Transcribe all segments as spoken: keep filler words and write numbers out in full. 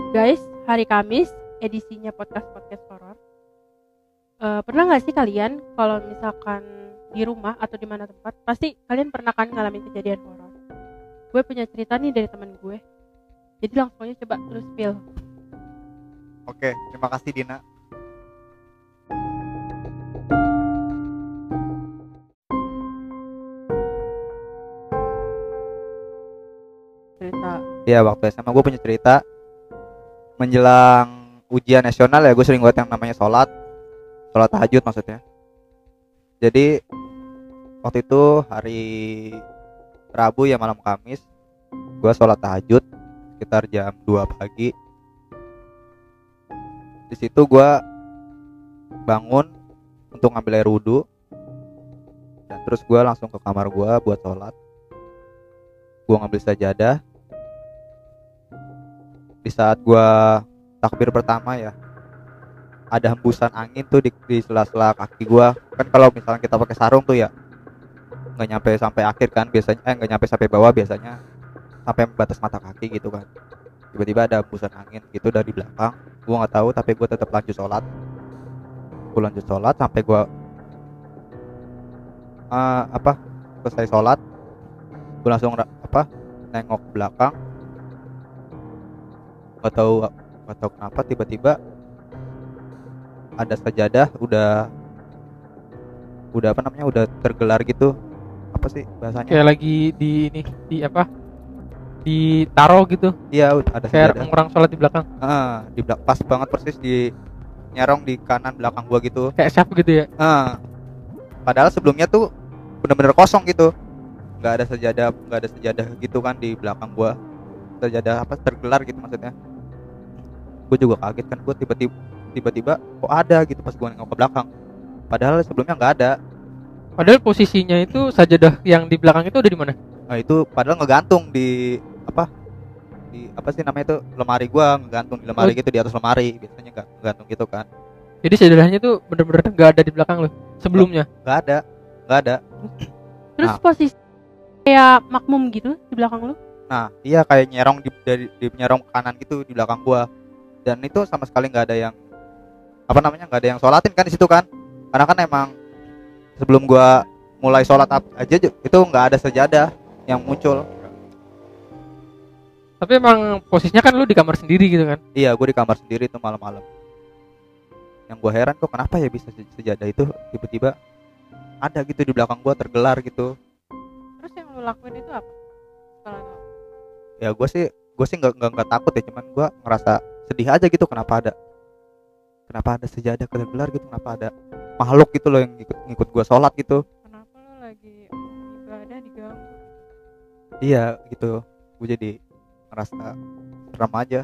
Guys, hari Kamis edisinya podcast-podcast horor. Uh, pernah nggak sih kalian kalau misalkan di rumah atau di mana tempat, pasti kalian pernah kan ngalamin kejadian horor. Gue punya cerita nih dari teman gue. Jadi langsung aja coba lu spill. Oke, terima kasih Dina. Cerita. Ya, waktu S M A gue punya cerita. Menjelang ujian nasional ya, gue sering buat yang namanya sholat sholat tahajud maksudnya. Jadi waktu itu hari Rabu ya, malam Kamis, gue sholat tahajud sekitar jam dua pagi. Di situ gue bangun untuk ngambil air wudhu, dan terus gue langsung ke kamar gue buat sholat. Gue ngambil sajadah. Di saat gue takbir pertama ya, ada hembusan angin tuh di, di sela-sela kaki gue. Kan kalau misalnya kita pakai sarung tuh ya nggak nyampe sampai akhir kan biasanya, eh nggak nyampe sampai bawah, biasanya sampai batas mata kaki gitu kan. Tiba-tiba ada hembusan angin gitu dari belakang. Gue nggak tahu, tapi gue tetap lanjut sholat. Gue lanjut sholat sampai gue uh, apa selesai sholat. Gue langsung apa nengok ke belakang. Gak tahu gak tahu kenapa tiba-tiba ada sajadah udah udah apa namanya udah tergelar gitu. Apa sih bahasanya? Kayak lagi di ini di apa? Ditaro gitu. Iya, ada kayak sajadah. orang sholat di belakang. Ah, di belakang pas banget persis di nyerong di kanan belakang gua gitu. Kayak siapa gitu ya? Ah. Padahal sebelumnya tuh bener-bener kosong gitu. Gak ada sajadah, gak ada sajadah gitu kan di belakang gua. Sajadah apa tergelar gitu maksudnya. Gue juga kaget kan, gue tiba-tiba tiba-tiba kok ada gitu pas gue nengok ke belakang. Padahal sebelumnya nggak ada. Padahal posisinya itu sajadah yang di belakang itu udah di mana? Nah itu padahal ngegantung di apa? Di apa sih namanya itu, lemari gue, ngegantung di lemari Oh. gitu, di atas lemari biasanya nggak ngegantung gitu kan. Jadi sajadahnya tuh bener-bener nggak ada di belakang lo sebelumnya. Nggak ada, nggak ada. Terus Nah. posisi kayak makmum gitu di belakang lu. Nah iya, kayak nyerong di, dari di nyerong ke kanan gitu di belakang gue. Dan itu sama sekali nggak ada yang apa namanya nggak ada yang sholatin kan di situ kan, karena kan emang sebelum gua mulai sholat aja itu nggak ada sajadah yang muncul. Tapi emang posisinya kan lu di kamar sendiri gitu kan? Iya, gue di kamar sendiri tuh malam-malam. Yang gue heran kok kenapa ya bisa sajadah itu tiba-tiba ada gitu di belakang gua tergelar gitu. Terus yang lu lakuin itu apa? Kalau tahu. Ya gue sih gue sih nggak nggak nggak takut ya, cuman gue ngerasa sedih aja gitu, kenapa ada kenapa ada sejadah tergelar gitu, kenapa ada makhluk gitu loh yang ngikut ngikut gue sholat gitu. Kenapa lu lagi ibadah diganggu? Iya gitu, gue jadi ngerasa serem aja.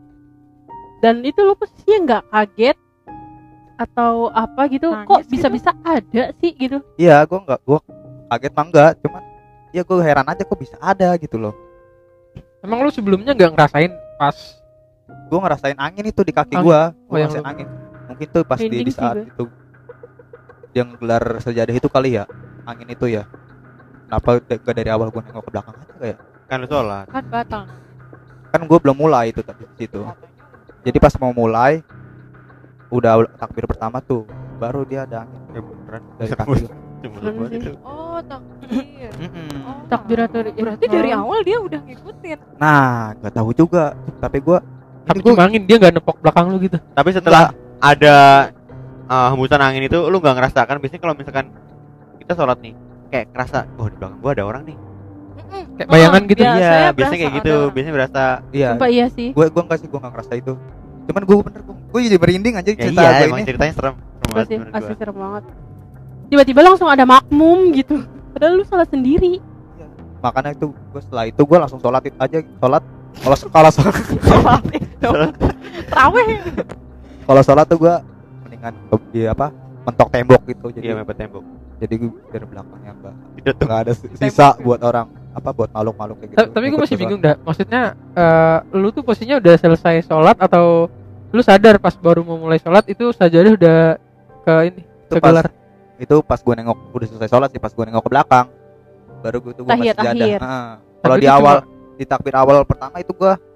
Dan itu lu posisinya nggak kaget atau apa gitu? Nangis Kok gitu? bisa-bisa ada sih gitu? Iya, gue nggak gue kaget mah enggak, cuman ya gue heran aja kok bisa ada gitu loh. Emang lu sebelumnya nggak ngerasain pas Gue ngerasain angin itu di kaki Angin. gue, Oh, gue yang ngerasain lu- angin. Mungkin tuh pas di, Merinding di sih saat gue. itu yang gelar sejadah itu kali ya, angin itu ya. Kenapa de- gak dari awal gue nengok ke belakang aja kayak? Kan lu sholat. Kan batal. Kan gue belum mulai itu tadi di situ. Jadi pas mau mulai udah takbir pertama tuh, baru dia ada angin Ya beneran. dari Sebut- kaki. sebut Bener banget sih. itu. Oh, takbir. Mm-mm. Oh, Takbiratul berarti dari awal dia udah ngikutin. Nah, gak tahu juga, tapi gue tapi cuma angin, dia nggak nepok belakang lu gitu? Tapi setelah ada uh, hembusan angin itu lu nggak ngerasa kan? Biasanya kalau misalkan kita sholat nih, kayak ngerasa, oh di belakang gua ada orang nih. Kayak bayangan gitu? Biasanya Iya, berasa biasanya kayak ada gitu. orang. Biasanya berasa. iya, Sumpah iya sih. gue gue enggak sih, gue nggak ngerasa itu. Cuman gue bener gue jadi merinding aja Ya cerita iya, gue emang ini. ceritanya serem. Serem Sumpah banget sih, menurut asli gua. serem banget. Tiba-tiba langsung ada makmum gitu. Padahal lu salah sendiri. Makanya itu gue setelah itu gue langsung sholat it- aja sholat. Kalau kalau sholat Sholat itu. Raweh. kalau sholat tuh gue mendingan ke di apa mentok tembok gitu. Jadi Iya, mepet tembok. jadi gue dari belakangnya enggak Itu tuh. nggak ada sisa buat orang apa buat makhluk-makhluk kayak gitu. Ta- Tapi gue Ikut masih ke bingung dah. Maksudnya eh, lu tuh posisinya udah selesai sholat atau lu sadar pas baru mau mulai sholat itu sajadah udah ke ini Itu kegelar? itu pas gue nengok udah selesai sholat sih, pas gue nengok ke belakang baru gue tuh gue Tahiyat masih akhir. jadah. Heeh. Kalau Tapi di itu awal di takbir awal pertama itu gue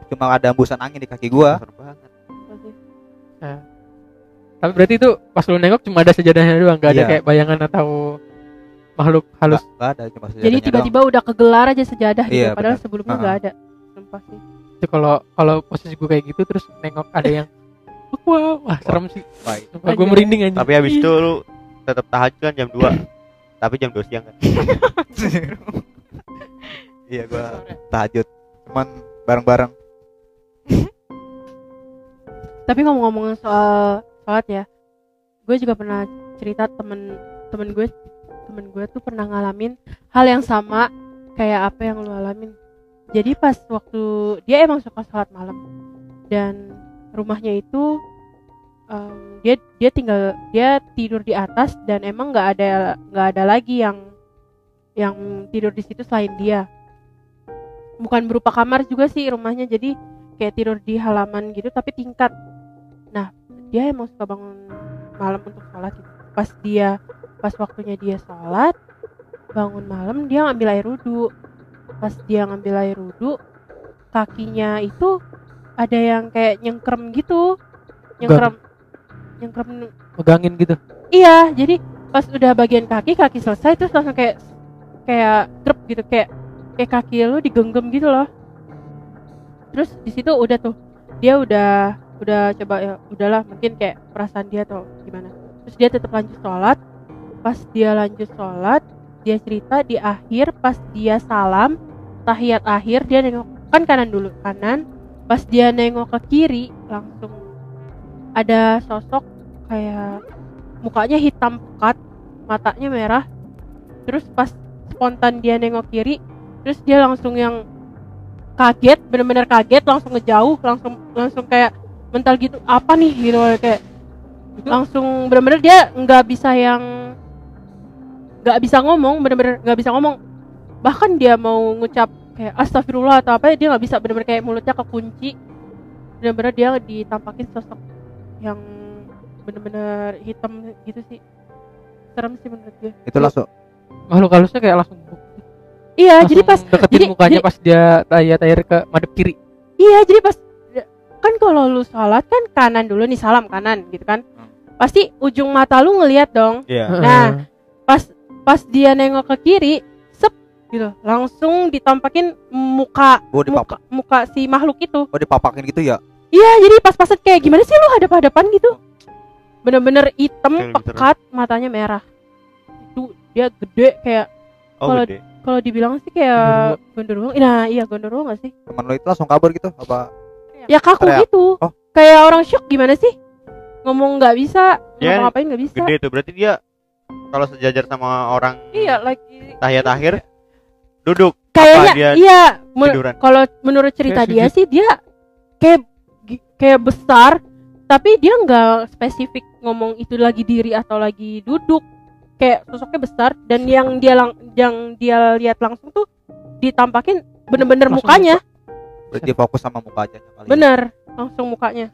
cuma ada hembusan angin di kaki gua. Serem banget. Nah. Tapi berarti itu pas lu nengok cuma ada sejadahnya doang, nggak ada Iya. kayak bayangan atau makhluk halus. Nggak, nggak ada cuma Jadi sejadahnya tiba-tiba udah kegelar aja sejadah gitu, Iya, padahal benar. sebelumnya Uh-uh. nggak ada. Sumpah sih. Itu kalau kalau posisi gue kayak gitu terus nengok ada yang wah, wah serem sih. doang. Baik. Sumpah gue merinding aja. Tapi habis itu lu tetap tahajud kan jam dua. Tapi jam dua siang kan. Iya gua tahajud cuman bareng-bareng. Tapi ngomong-ngomong soal sholat ya, gue juga pernah cerita temen temen gue temen gue tuh pernah ngalamin hal yang sama kayak apa yang lu alamin. Jadi pas waktu dia emang suka sholat malam dan rumahnya itu um, dia dia tinggal dia tidur di atas dan emang nggak ada nggak ada lagi yang yang tidur di situ selain dia. Bukan berupa kamar juga sih rumahnya, jadi kayak tidur di halaman gitu tapi tingkat. Nah dia emang suka bangun malam untuk sholat gitu. Pas dia pas waktunya dia sholat bangun malam dia ngambil air wudhu. Pas dia ngambil air wudhu kakinya itu ada yang kayak nyengkrem gitu, nyengkrem nyengkrem. Megangin gitu. Iya, jadi pas udah bagian kaki kaki selesai terus langsung kayak kayak drop gitu, kayak kayak kaki lu digenggam gitu loh. Terus di situ udah tuh dia udah udah coba ya udahlah mungkin kayak perasaan dia atau gimana. Terus dia tetap lanjut sholat. Pas dia lanjut sholat dia cerita di akhir pas dia salam tahiyat akhir dia nengok kan kanan dulu kanan. Pas dia nengok ke kiri langsung ada sosok kayak mukanya hitam pekat, matanya merah. Terus pas spontan dia nengok kiri, terus dia langsung yang kaget, bener-bener kaget, langsung ngejauh, langsung langsung kayak mental gitu, apa nih gitu kayak langsung bener-bener dia nggak bisa yang nggak bisa ngomong, bener-bener nggak bisa ngomong. Bahkan dia mau ngucap kayak astagfirullah atau apa dia nggak bisa, bener-bener kayak mulutnya kekunci. Bener-bener dia ditampakin sosok yang bener-bener hitam gitu sih, serem sih menurut gue. Itu langsung Makhluk halusnya kayak langsung Iya, langsung jadi pas deketin jadi- mukanya jadi- pas dia tahiyat akhir ke madep kiri. iya jadi pas kan kalau lu sholat kan kanan dulu nih salam kanan gitu kan, pasti ujung mata lu ngelihat dong. Iya. Nah, pas pas dia nengok ke kiri, sep gitu, langsung ditampakin muka gua dipapak, muka muka si makhluk itu. gua dipapakin gitu ya. Iya, jadi pas-pasan kayak gimana sih lu hadap-hadapan gitu. Bener-bener hitam, Kayak lebih pekat, matanya merah. Itu dia gede kayak Oh Kalau- gede. kalau dibilang sih kayak gondorwo. Nah, iya gondorwo enggak sih? Temen lo itu langsung kabur gitu apa? Ya kaku Teriak. gitu. Oh. Kayak orang shock gimana sih? Ngomong nggak bisa, Dia ngapa-ngapain nggak bisa. Gede tuh berarti dia kalau sejajar sama orang Iya lagi. tahiyat akhir duduk. Kayaknya dia iya, men- tiduran? kalau menurut cerita Kayak dia sujud. sih dia kayak gi- kayak besar, tapi dia nggak spesifik ngomong itu lagi diri atau lagi duduk. Kayak sosoknya besar dan yang dia lang- yang dia lihat langsung tuh ditampakin bener-bener Langsung mukanya, Berarti dia fokus sama muka aja kali. bener langsung mukanya.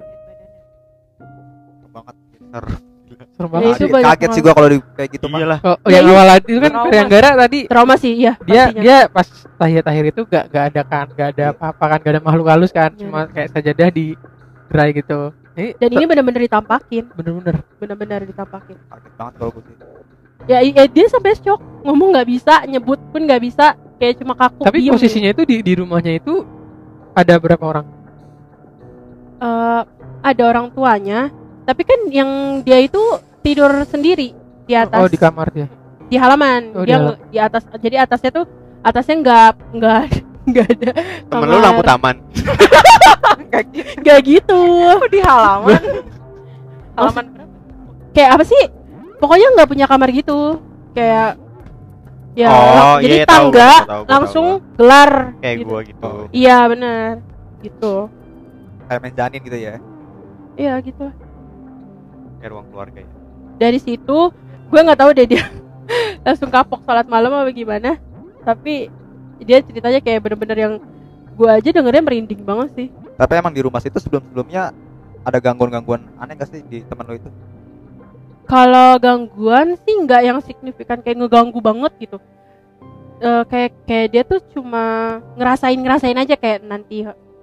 Serem banget. Serem. Serem Ya, banget. itu Kaget- banyak kaget sih gua kalau di kayak gitu mah. Iyalah. Oh, Ya, yang iya. awal itu kan Trauma. Priyanggara tadi Trauma sih, iya. dia pastinya. dia pas tahiyat akhir itu gak gak ada kan, gak ada apa-apa kan, gak ada makhluk halus kan, Iya. cuma kayak sajadah di gerai gitu. Ini Dan ini bener-bener ditampakin, bener-bener bener-bener ditampakin. Kaget banget kalau gue sih. Ya, ya dia sampai shock, ngomong nggak bisa, nyebut pun nggak bisa, kayak cuma kaku. tapi diem. posisinya itu di di rumahnya itu ada berapa orang? Eh, ada orang tuanya, tapi kan yang dia itu tidur sendiri di atas, Oh, di kamar dia. di halaman, Oh, di dia halam- nge- di atas, jadi atasnya tuh atasnya nggak nggak nggak ada Temen lu lampu taman. nggak gitu, Aku di halaman. halaman berapa? kayak apa sih? Pokoknya nggak punya kamar gitu, kayak ya Oh, lang- jadi iya, tahu, tangga tahu, tahu, langsung tahu. gelar Kayak gitu. gua gitu. Iya benar, gitu. Kayak main janin gitu ya. Iya gitu. Kayak ruang keluarga ya. Dari situ gue nggak tahu deh dia langsung kapok sholat malam apa gimana, tapi dia ceritanya kayak bener-bener yang gue aja dengernya merinding banget sih. Tapi emang di rumah situ sebelum-sebelumnya ada gangguan-gangguan aneh gak sih di temen lo itu? Kalau gangguan sih nggak yang signifikan kayak ngeganggu banget gitu. Eh, kayak kayak dia tuh cuma ngerasain ngerasain aja kayak nanti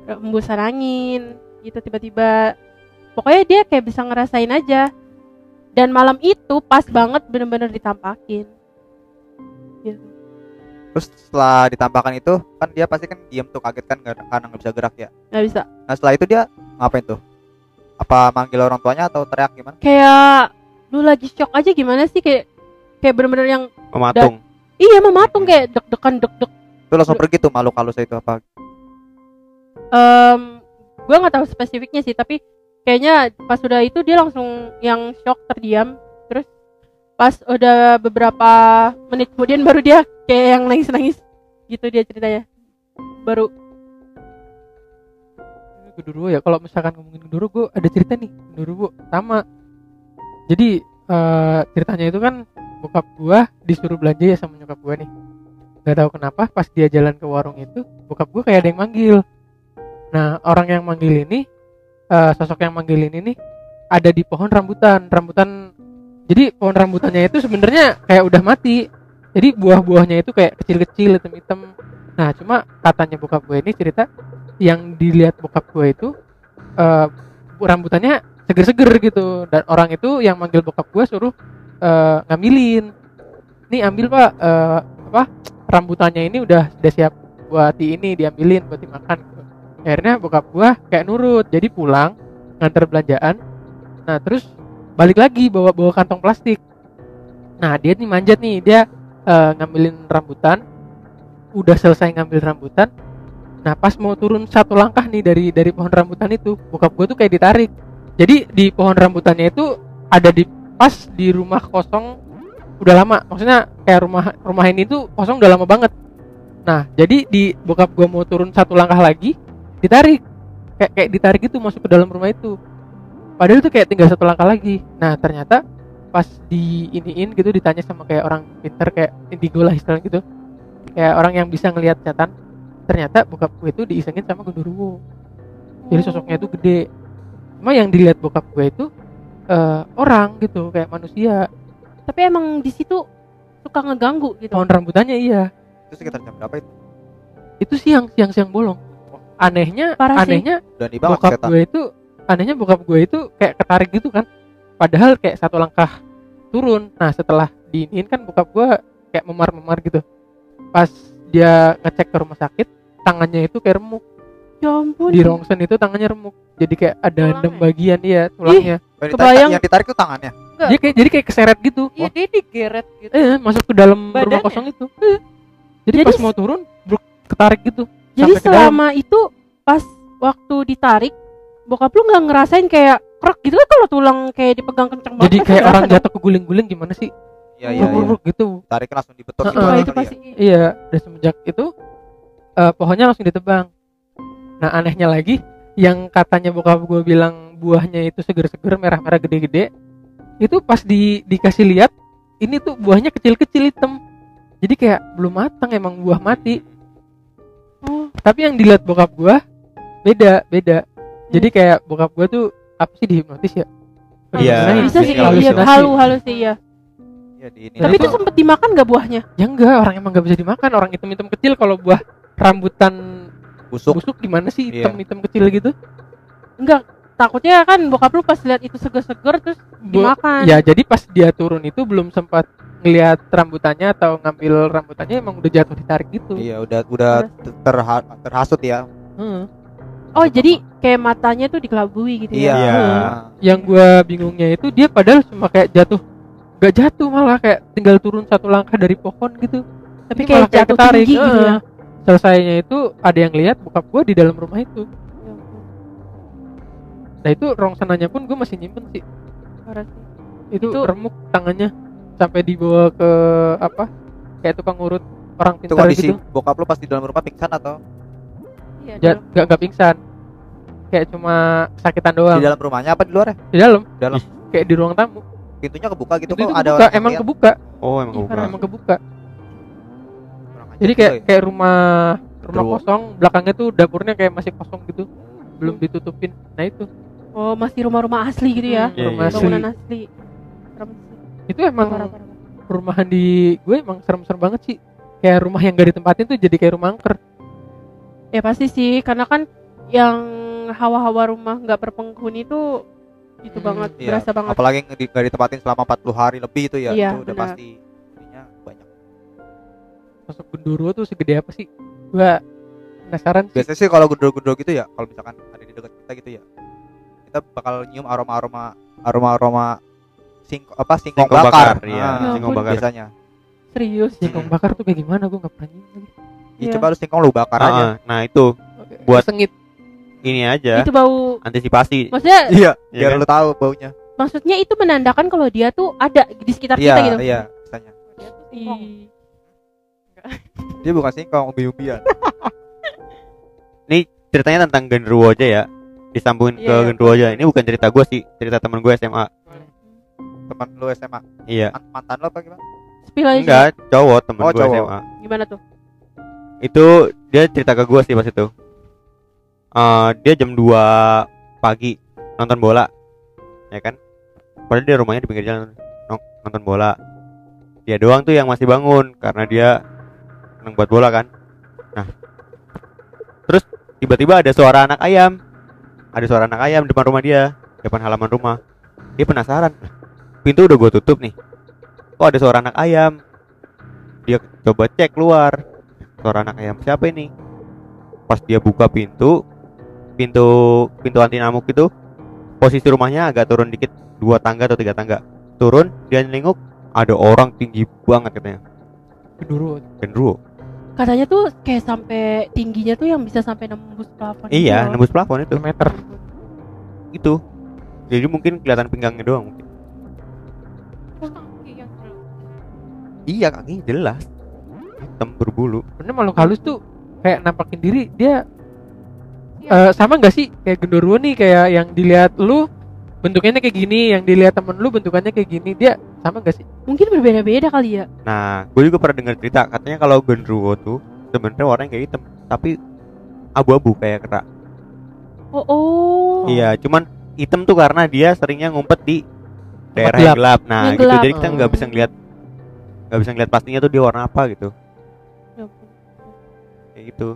hembusan angin gitu tiba-tiba. Pokoknya dia kayak bisa ngerasain aja. Dan malam itu pas banget bener-bener ditampakin. Gitu. Terus setelah ditampakkan itu kan dia pasti kan diam tuh, kaget kan nggak- karena nggak bisa gerak ya. Nggak bisa. Nah setelah itu dia ngapain tuh? Apa manggil orang tuanya atau teriak gimana? Kayak lu lagi shock aja gimana sih, kayak kayak bener-bener yang Mematung. iya mematung kayak deg-degan deg-deg. Itu langsung pergi tuh makhluk halus itu apa? Em, gue nggak tahu spesifiknya sih, tapi kayaknya pas udah itu dia langsung yang shock, terdiam. Terus pas udah beberapa menit kemudian baru dia kayak yang nangis-nangis gitu dia ceritanya. Baru Genderuwo ya, kalau misalkan ngomongin genderuwo, gue ada cerita nih genderuwo sama. Jadi eh, ceritanya itu kan bokap gue disuruh belanja ya sama nyokap gue nih. Gak tahu kenapa pas dia jalan ke warung itu bokap gue kayak ada yang manggil. Nah orang yang manggil ini, eh, sosok yang manggil ini nih ada di pohon rambutan. Rambutan. Jadi pohon rambutannya itu sebenarnya kayak udah mati. Jadi buah-buahnya itu kayak kecil-kecil, hitam-hitam. Nah cuma katanya bokap gue ini cerita yang dilihat bokap gue itu uh, rambutannya seger-seger gitu, dan orang itu yang manggil bokap gue suruh uh, ngambilin, nih ambil pak, uh, apa rambutannya ini udah udah siap buat di ini diambilin buat dimakan gitu. Akhirnya bokap gue kayak nurut, jadi pulang nganter belanjaan, nah terus balik lagi bawa bawa kantong plastik. Nah dia nih manjat nih, dia uh, ngambilin rambutan, udah selesai ngambil rambutan. Nah pas mau turun satu langkah nih dari dari pohon rambutan itu, bokap gue tuh kayak ditarik. Jadi di pohon rambutannya itu ada di pas di rumah kosong udah lama. Maksudnya kayak rumah rumah ini tuh kosong udah lama banget. Nah jadi di bokap gue mau turun satu langkah lagi ditarik, kayak kayak ditarik itu masuk ke dalam rumah itu. Padahal itu kayak tinggal satu langkah lagi. Nah ternyata pas di iniin gitu, ditanya sama kayak orang pinter kayak indigo lah istilahnya gitu, kayak orang yang bisa ngelihat setan. Ternyata bokap gue itu diisengin sama genderuwo. Jadi sosoknya itu gede. Cuma yang dilihat bokap gue itu uh, orang gitu, kayak manusia. tapi emang di situ suka ngeganggu gitu. Pohon rambutannya iya. Itu sekitar jam berapa itu? Itu siang, siang-siang bolong. Anehnya, Parah sih. anehnya Dan di bawah bokap setan. gue itu, anehnya bokap gue itu kayak ketarik gitu kan. Padahal kayak satu langkah turun. Nah setelah diinin kan bokap gue kayak memar-memar gitu. Pas dia ngecek ke rumah sakit, tangannya itu kayak remuk. Ya ampun. Di rongsen itu tangannya remuk. Jadi kayak ada Tulangnya? enam bagian dia tulangnya. Yang ditarik, kebayang. yang ditarik tuh tangannya. Dia kayak jadi kayak keseret gitu. Iya dia digeret gitu. Eh masuk ke dalam rumah Badannya? kosong itu. Eh. Jadi, Jadi pas s- mau turun, bruk, ketarik gitu. Jadi sampai ke dalam. selama itu pas waktu ditarik, bokap lu nggak ngerasain kayak krek gitu kan, kalau tulang kayak dipegang kenceng banget. Jadi kan kayak kerasa orang dong. jatuh keguling-guling gimana sih? Iya iya iya. Bruk-bruk gitu. Tarik langsung dibetot Heeh. gitu Wah, aja itu kali ya. pasti. Iya, udah semenjak itu eh, pohonnya langsung ditebang. Nah anehnya lagi, yang katanya bokap gue bilang buahnya itu seger-seger, merah-merah, gede-gede, itu pas di dikasih lihat, ini tuh buahnya kecil-kecil hitam. Jadi kayak belum matang, emang buah mati. Oh, Tapi yang dilihat bokap gue beda, beda. Jadi kayak bokap gue tuh apa sih, dihipnotis ya? Iya, Halusinasi. bisa sih Iya, kayak iya, halusinasi. halu halu sih ya. Iya di ini. Nah, Tapi itu- itu sempet dimakan nggak buahnya? Ya enggak, orang emang gak bisa dimakan. Orang hitam-hitam kecil, kalau buah rambutan busuk. busuk gimana sih Iya. hitam-hitam kecil gitu? Enggak. Takutnya kan bokap lu pas lihat itu seger-seger terus Bu- dimakan. Ya jadi pas dia turun itu belum sempat ngelihat rambutannya atau ngambil rambutannya, emang udah jatuh ditarik gitu. Iya udah udah terha- terhasut ya. Heeh. Oh, jadi kayak matanya tuh dikelabui gitu Iya. ya. Iya. Yang gua bingungnya itu dia padahal cuma kayak jatuh, gak jatuh, malah kayak tinggal turun satu langkah dari pohon gitu. Tapi Ini kayak malah jatuh tinggi gitu Heeh. ya. Selesainya itu ada yang lihat bokap gua di dalam rumah itu. Ya ampun, Nah itu rongsenanya pun gue masih nyimpen sih. parah sih. Itu, Itu- remuk tangannya sampai dibawa ke apa? Kayak tukang urut orang Itu pintar kondisi gitu. bokap lu pas di dalam rumah pingsan atau Iya, Ja- dalam- Gak, gak pingsan. Kayak cuma sakitan doang. di dalam rumahnya apa di luar ya? Di dalam. Di dalam. Kayak di ruang tamu. Pintunya kebuka gitu Itu kok kebuka, ada orang emang lihat? kebuka. Oh emang Ih, kebuka. parah. Emang kebuka. Kurang ajar Jadi juga kayak ya. kayak rumah rumah Genderuwo. kosong, belakangnya tuh dapurnya kayak masih kosong gitu. Belum ditutupin. Nah itu. Oh, masih rumah-rumah asli gitu ya. Hmm, Iya, rumah iya, asli. Bangunan asli. Serem sih. Itu emang Parah, parah, parah. perumahan di gue emang serem-serem banget sih. Kayak rumah yang gak ditempatin tuh jadi kayak rumah angker. Ya pasti sih, karena kan yang hawa-hawa rumah nggak berpenghuni itu itu Hmm, banget, Iya, berasa banget. apalagi nggak di- nggak ditempatin selama empat puluh hari lebih itu ya, Iya, itu udah benar. pasti ininya banyak. Sosok genderuwo tuh segede apa sih? Gua penasaran sih. Biasanya sih kalau gendro-gendro gitu ya, kalau misalkan ada di dekat kita gitu ya, kita bakal nyium aroma-aroma aroma-aroma sing apa singkong, Singkong bakar, bakar, iya, Ah, singkong bakar. biasanya. Serius. Singkong bakar tuh kayak gimana? Gua nggak pernah nyium lagi. Ya, Iya. coba lu singkong lu bakar Ah, aja. ah, nah itu Oke. Buat- sengit. ini aja Itu bau. antisipasi. Maksudnya Iya, Iya biar kan? lu tahu baunya. maksudnya itu menandakan kalau dia tuh ada di sekitar Iya, kita gitu. iya, biasanya. Ih. Dia bukan singkong, umbi-umbian. Ceritanya tentang genderuwo aja ya. Disambungin Iya, ke iya. genderuwo aja. Ini bukan cerita gue sih, cerita temen gue S M A. Teman lu S M A. Iya. Man- Mantan lu apa gimana? Spill aja. Enggak, cowok temen Oh, gue cowok. S M A. Gimana tuh? Itu dia cerita ke gue sih pas itu. Eh, dia jam dua pagi nonton bola, ya kan? Padahal dia rumahnya di pinggir jalan nong- nonton bola. Dia doang tuh yang masih bangun karena dia seneng buat bola kan. Nah, terus tiba-tiba ada suara anak ayam. Ada suara anak ayam depan rumah dia, depan halaman rumah. Dia penasaran. Pintu udah gue tutup nih. Kok ada suara anak ayam? Dia coba cek keluar. Suara anak ayam siapa ini? Pas dia buka pintu, pintu pintu anti nyamuk itu, posisi rumahnya agak turun dikit, dua tangga atau tiga tangga. Turun, dia nyelinguk, ada orang tinggi banget katanya. Genderuwo. Genderuwo. Katanya tuh kayak sampai tingginya tuh yang bisa sampai nembus plafon. gitu Iya, loh. nembus plafon itu. Satu meter. Itu. Jadi mungkin kelihatan pinggangnya doang mungkin. Iya, kakinya jelas. Hitam berbulu. Sebenarnya makhluk halus tuh kayak nampakin diri dia eh, sama nggak sih kayak genderuwo nih, kayak yang dilihat lu bentukannya kayak gini, yang dilihat temen lu bentukannya kayak gini, dia sama nggak sih? Mungkin berbeda-beda kali ya. Nah, gue juga pernah dengar cerita katanya kalau genderuwo tuh sebenarnya warnanya kayak hitam, tapi abu-abu kayak kerak. Oh, oh. Iya, cuman hitam tuh karena dia seringnya ngumpet di daerah gelap. yang gelap. Nah, Yang gitu. gelap. Jadi kita nggak Oh. bisa ngeliat nggak bisa ngeliat pastinya tuh dia warna apa gitu. Ya ampun. Kayak gitu.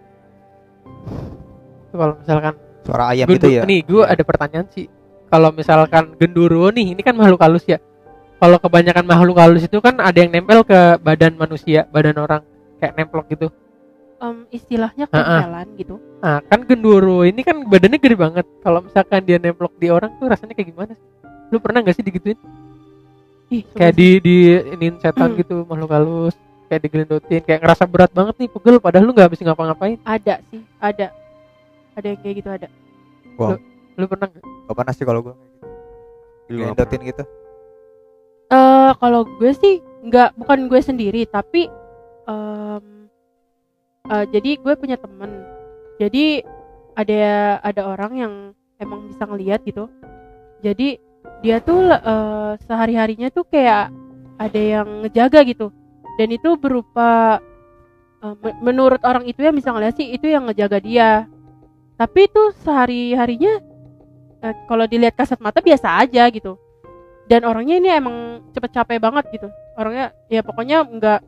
Tuh kalau misalkan Suara ayam Gun- gitu ya. nih gue ada pertanyaan sih. Kalau misalkan genderuwo nih, ini kan makhluk halus ya. Kalau kebanyakan makhluk halus itu kan ada yang nempel ke badan manusia, badan orang, kayak nemplok gitu. Em, istilahnya Ha-ha. ketempelan gitu. Nah, kan genderuwo ini kan badannya gede banget. Kalau misalkan dia nemplok di orang tuh rasanya kayak gimana sih? Lu pernah nggak sih digituin? Ih, Kayak di di iniin setan Hmm. gitu, makhluk halus, kayak digelendotin, kayak ngerasa berat banget nih, pegel padahal lu nggak habis ngapa-ngapain. ada sih, ada. Ada yang kayak gitu ada. Wah, Lu pernah nggak? gak pernah sih kalau gua. Lu apa? Dilendotin gitu. Eh kalau gue sih nggak, bukan gue sendiri tapi em, eh, jadi gue punya temen. Jadi ada ada orang yang emang bisa ngelihat gitu. Jadi dia tuh eh, sehari-harinya tuh kayak ada yang ngejaga gitu. Dan itu berupa eh, me- menurut orang itu yang bisa ngeliat sih itu yang ngejaga dia. Tapi itu sehari-harinya eh, kalau dilihat kasat mata biasa aja gitu. Dan orangnya ini emang cepet capek banget gitu. Orangnya ya pokoknya nggak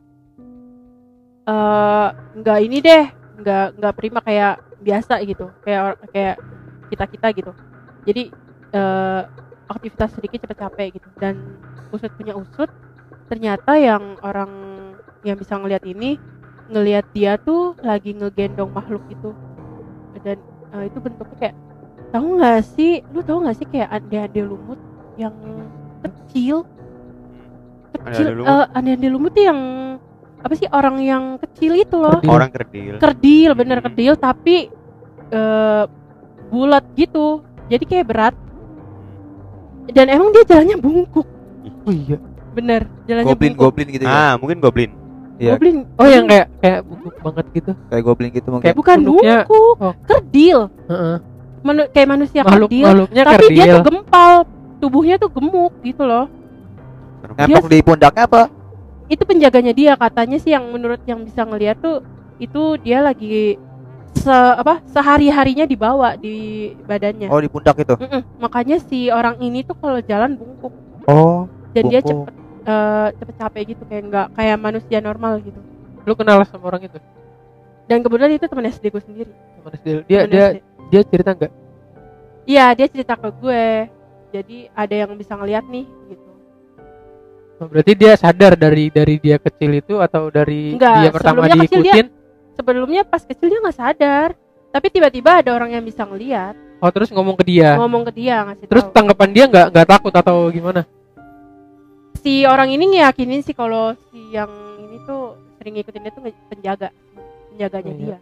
eh nggak ini deh, nggak nggak prima kayak biasa gitu, kayak or- kayak kita kita gitu. Jadi eh aktivitas sedikit cepet capek gitu. Dan usut punya usut, ternyata yang orang yang bisa ngelihat ini ngelihat dia tuh lagi ngegendong makhluk itu. Dan eh, itu bentuknya kayak, tahu nggak sih, lu tahu nggak sih kayak ande-ande lumut yang kecil kecil Ande-ande lumut? eh, ande-ande lumut tuh yang apa sih, orang yang kecil itu loh, Kerdil. Orang kerdil. kerdil, bener Hmm. kerdil tapi eh, bulat gitu, jadi kayak berat. Dan emang dia jalannya bungkuk, Oh iya. bener jalannya Goblin bungkuk. goblin gitu ya. Ah, mungkin goblin. Iya, Goblin. Oh yang kayak kayak bungkuk banget gitu. kayak goblin gitu mungkin. Kayak bukan bentuknya- bungkuk, oh. kerdil. Heeh. Manu- kayak manusia Makhluk kerdil, makhluknya tapi dia kerdil. tuh gempal, tubuhnya tuh gemuk gitu loh. Nempel di pundaknya apa? Itu penjaganya dia, katanya sih, yang menurut yang bisa ngeliat tuh itu dia lagi se apa sehari-harinya dibawa di badannya. Oh, di pundak itu. Mm-mm. Makanya si orang ini tuh kalau jalan bungkuk Oh, dan dia bungkuk. cepet eh, cepet capek gitu, kayak nggak kayak manusia normal gitu. Lu kenal sama orang itu? Dan kebetulan itu teman S D gue sendiri. Teman S D. Dia Temen dia S D. dia cerita nggak? Iya, dia cerita ke gue. Jadi ada yang bisa ngeliat nih gitu. Oh, berarti dia sadar dari dari dia kecil itu atau dari Enggak, dia pertama sebelumnya kecil diikutin? Sebelumnya pas kecil dia nggak sadar, tapi tiba-tiba ada orang yang bisa ngeliat, Oh, terus ngomong ke dia. ngomong ke dia, ngasih Terus tahu. tanggapan dia nggak nggak takut atau gimana? Si orang ini ngeyakinin sih kalau si yang ini tuh sering ngikutin dia tuh nge- penjaga, penjaganya Oh, iya. dia.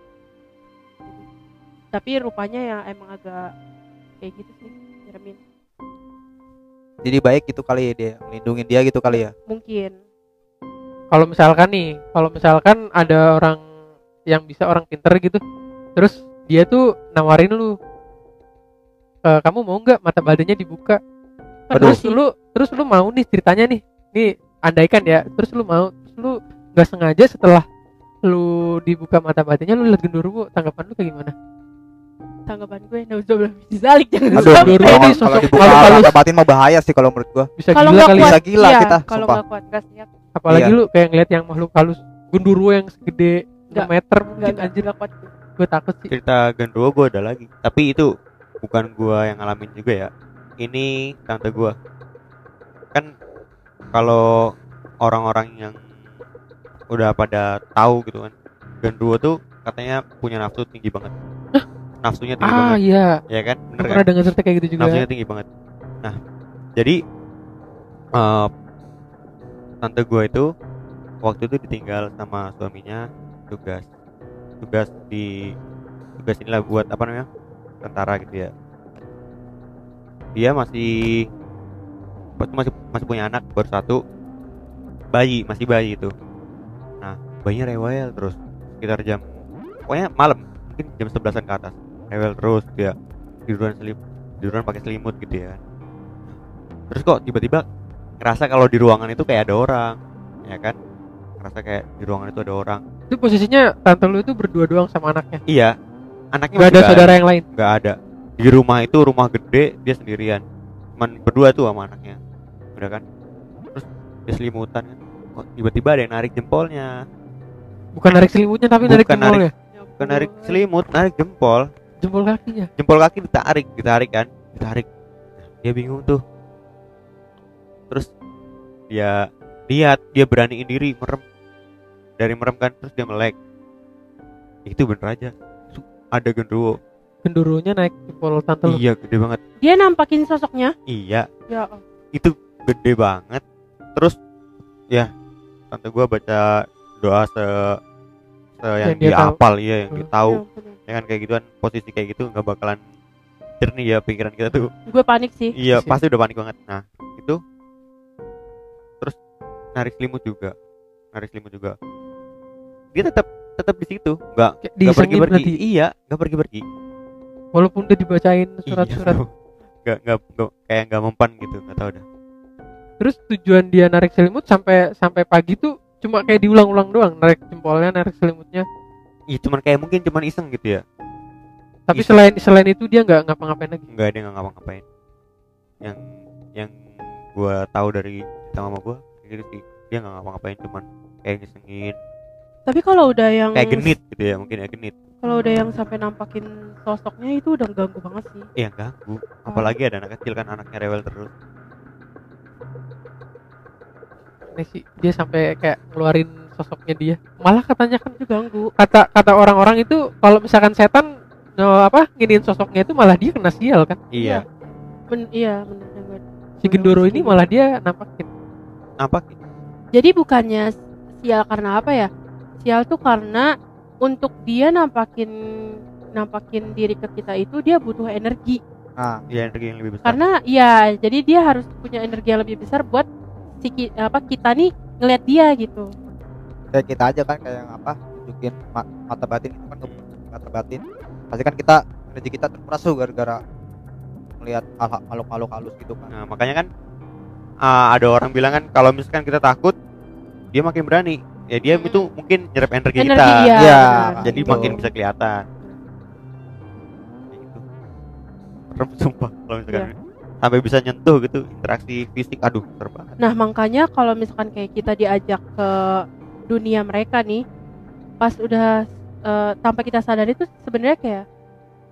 Tapi rupanya ya emang agak kayak gitu sih, nyeremin. Jadi baik gitu kali ya dia, melindungi dia gitu kali ya. Mungkin. Kalau misalkan nih, kalau misalkan ada orang yang bisa orang pinter gitu, terus dia tuh nawarin lu, e, kamu mau nggak mata badannya dibuka? Pernah Terus sih. lu, terus lu mau nih ceritanya nih, nih andaikan ya, terus lu mau, terus lu nggak sengaja setelah lu dibuka mata badannya lu lihat genderuwo, tanggapan lu kayak gimana? Tanggapan gue, nauzubillah dizalik jangan Aduh, sampai. Dulu kalau, ini kalau sosok dibuka halus-halus. mata batin mah bahaya sih kalau menurut gua. Bisa Kalau gila nggak kali, kuat, Bisa gila iya, kita, kalau sumpah. nggak kuat nggak siap, apalagi Iya. lu kayak ngeliat yang makhluk halus, genderuwo yang segede enam Nggak, meter nggak mungkin nggak anjir, nggak kuat. gue takut sih. Cerita genderuwo gue ada lagi, tapi itu bukan gue yang ngalamin juga ya. Ini tante gue. Kan kalau orang-orang yang udah pada tahu gitu kan, genderuwo tuh katanya punya nafsu tinggi banget. Nafsunya tinggi Ah banget, iya, ya kan? gue Bener kan? pernah dengar cerita kayak gitu juga. Nafsunya tinggi banget. Nah, jadi eh, tante gue itu waktu itu ditinggal sama suaminya tugas tugas di tugas inilah buat apa namanya, tentara gitu ya. Dia masih waktu masih masih punya anak baru satu, bayi, masih bayi itu. Nah, bayinya rewel terus sekitar jam, pokoknya malam, mungkin jam sebelasan ke atas, rewel terus dia, tiduran selip tiduran pakai selimut gitu ya. Terus kok tiba-tiba ngerasa kalau di ruangan itu kayak ada orang, ya kan? Ngerasa kayak di ruangan itu ada orang. Itu posisinya tante lu itu berdua doang sama anaknya. Iya, anaknya Gak masih ada saudara yang lain. nggak ada. Di rumah itu rumah gede, dia sendirian, cuman berdua tuh sama anaknya, udah kan? Terus dia selimutan kan, kok tiba-tiba ada yang narik jempolnya. Bukan narik selimutnya tapi narik Bukan jempolnya. Bukan narik selimut, narik jempol. Jempol kakinya. Jempol kaki ditarik, ditarik kan, ditarik. Nah, dia bingung tuh. Terus dia lihat, dia beraniin diri merem. Dari merem kan, terus dia melek. Itu bener aja, Su- ada genderuwo. Genderuwonya naik jempol tante lu. Iya, gede banget. Dia nampakin sosoknya. Iya, Ya, oh. itu gede banget. Terus ya tante gua baca doa se, se yang, Yang dia dia tahu. hafal, iya yang Hmm. dia tahu. Ya, bener. Ya kan kayak gituan, posisi kayak gitu nggak bakalan jernih ya pikiran kita tuh. Gue panik sih. Iya, Sih. pasti udah panik banget. Nah, itu terus narik selimut juga. Narik selimut juga. Dia tetap tetap di situ, nggak Kayak nggak disengit pergi-pergi. berarti. Iya, nggak pergi-pergi. Walaupun udah dibacain surat-surat. Iya, nggak nggak nggak- kayak nggak mempan gitu, nggak tahu dah. Terus tujuan dia narik selimut sampai sampai pagi tuh cuma kayak diulang-ulang doang, narik jempolnya, narik selimutnya. Iya, cuman kayak mungkin cuman iseng gitu ya. Tapi Iseng. selain selain itu dia nggak ngapa-ngapain lagi. Nggak ada, nggak ngapa-ngapain. Yang yang gua tahu dari cerita mama gua kayak gitu sih, dia nggak ngapa-ngapain, cuman kayak ngisengin, Tapi kalau udah yang kayak genit gitu ya, mungkin ya genit. kalau udah yang sampai nampakin sosoknya itu udah ganggu banget sih. Iya, ganggu. Apalagi ada anak kecil kan, anaknya rewel terus. Ini sih dia sampai kayak ngeluarin sosoknya dia. Malah katanya kan Itu ganggu. kata kata orang-orang itu kalau misalkan setan no, apa nginin sosoknya itu malah dia kena sial kan. Iya. Ben, iya bener banget. Si Gendoro ini malah dia nampakin. Apa? Jadi bukannya sial karena apa ya? Sial tuh karena untuk dia nampakin nampakin diri ke kita itu dia butuh energi. Nah, Iya, energi yang lebih besar. Karena ya jadi dia harus punya energi yang lebih besar buat si ki- apa kita nih ngeliat dia gitu. kayak kita aja kan kayak yang apa tunjukin ma- mata batin itu kan ngebunuh mata batin. Pasti kan kita energi kita terkuras tuh gara-gara melihat hal- makhluk-makhluk halus gitu kan. Nah, makanya kan ah, ada orang bilang kan kalau misalkan kita takut, dia makin berani. Ya dia Mm. itu mungkin nyerap energi, Energi kita. iya. Iya, benar. Jadi gitu. makin bisa kelihatan. Kayak gitu. Serem sumpah kalau misalkan Iya. sampai bisa nyentuh gitu, interaksi fisik, aduh serem banget. Nah makanya kalau misalkan kayak kita diajak ke dunia mereka nih, pas udah eh, tanpa kita sadari itu sebenarnya kayak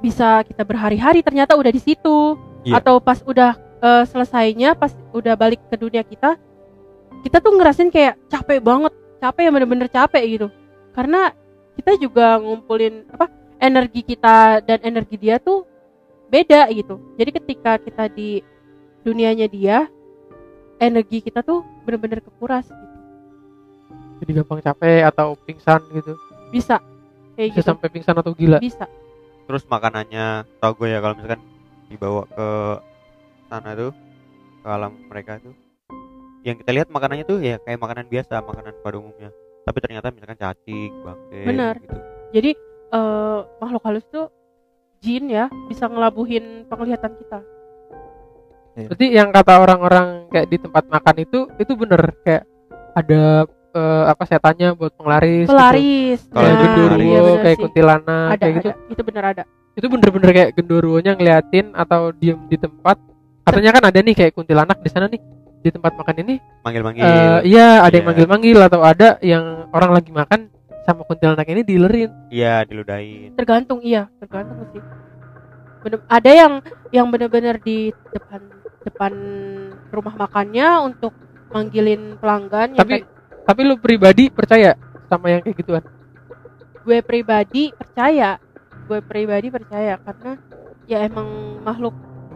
bisa kita berhari-hari ternyata udah di situ. Iya. Atau pas udah uh, selesainya, pas udah balik ke dunia kita, kita tuh ngerasain kayak capek banget, capek yang bener-bener capek gitu. Karena kita juga ngumpulin apa energi kita dan energi dia tuh beda gitu. Jadi ketika kita di dunianya dia, energi kita tuh bener-bener kekuras gitu. Jadi gampang capek atau pingsan gitu. Bisa kayak Bisa gitu. sampai pingsan atau gila. Bisa. Terus makanannya tau gue ya, kalau misalkan dibawa ke sana tuh, ke alam mereka tuh, yang kita lihat makanannya tuh ya kayak makanan biasa, makanan pada umumnya, tapi ternyata misalkan cacing, bangke Benar. gitu. Jadi eh, makhluk halus tuh jin ya, bisa ngelabuhin penglihatan kita. Berarti yang kata orang-orang kayak di tempat makan itu itu bener kayak ada eh, apa setannya buat penglaris, Pelaris. gitu. Kalau Kayak itu genderuwo, iya bener kayak sih. kuntilanak, Ada, kayak gitu. ada. Itu bener ada. Itu bener-bener kayak genderuwonya ngeliatin atau diem di tempat. Katanya kan ada nih kayak kuntilanak di sana nih di tempat makan ini. Manggil-manggil. Eh, iya, ada yang Iya. manggil-manggil atau ada yang orang lagi makan sama kuntilanak ini diilerin. Iya, diludahin. Tergantung, iya, tergantung sih. Bener, ada yang yang bener-bener di depan depan rumah makannya untuk manggilin pelanggan. yang Tapi tadi- tapi lu pribadi percaya sama yang kayak gituan? gue pribadi percaya, gue pribadi percaya karena ya emang makhluk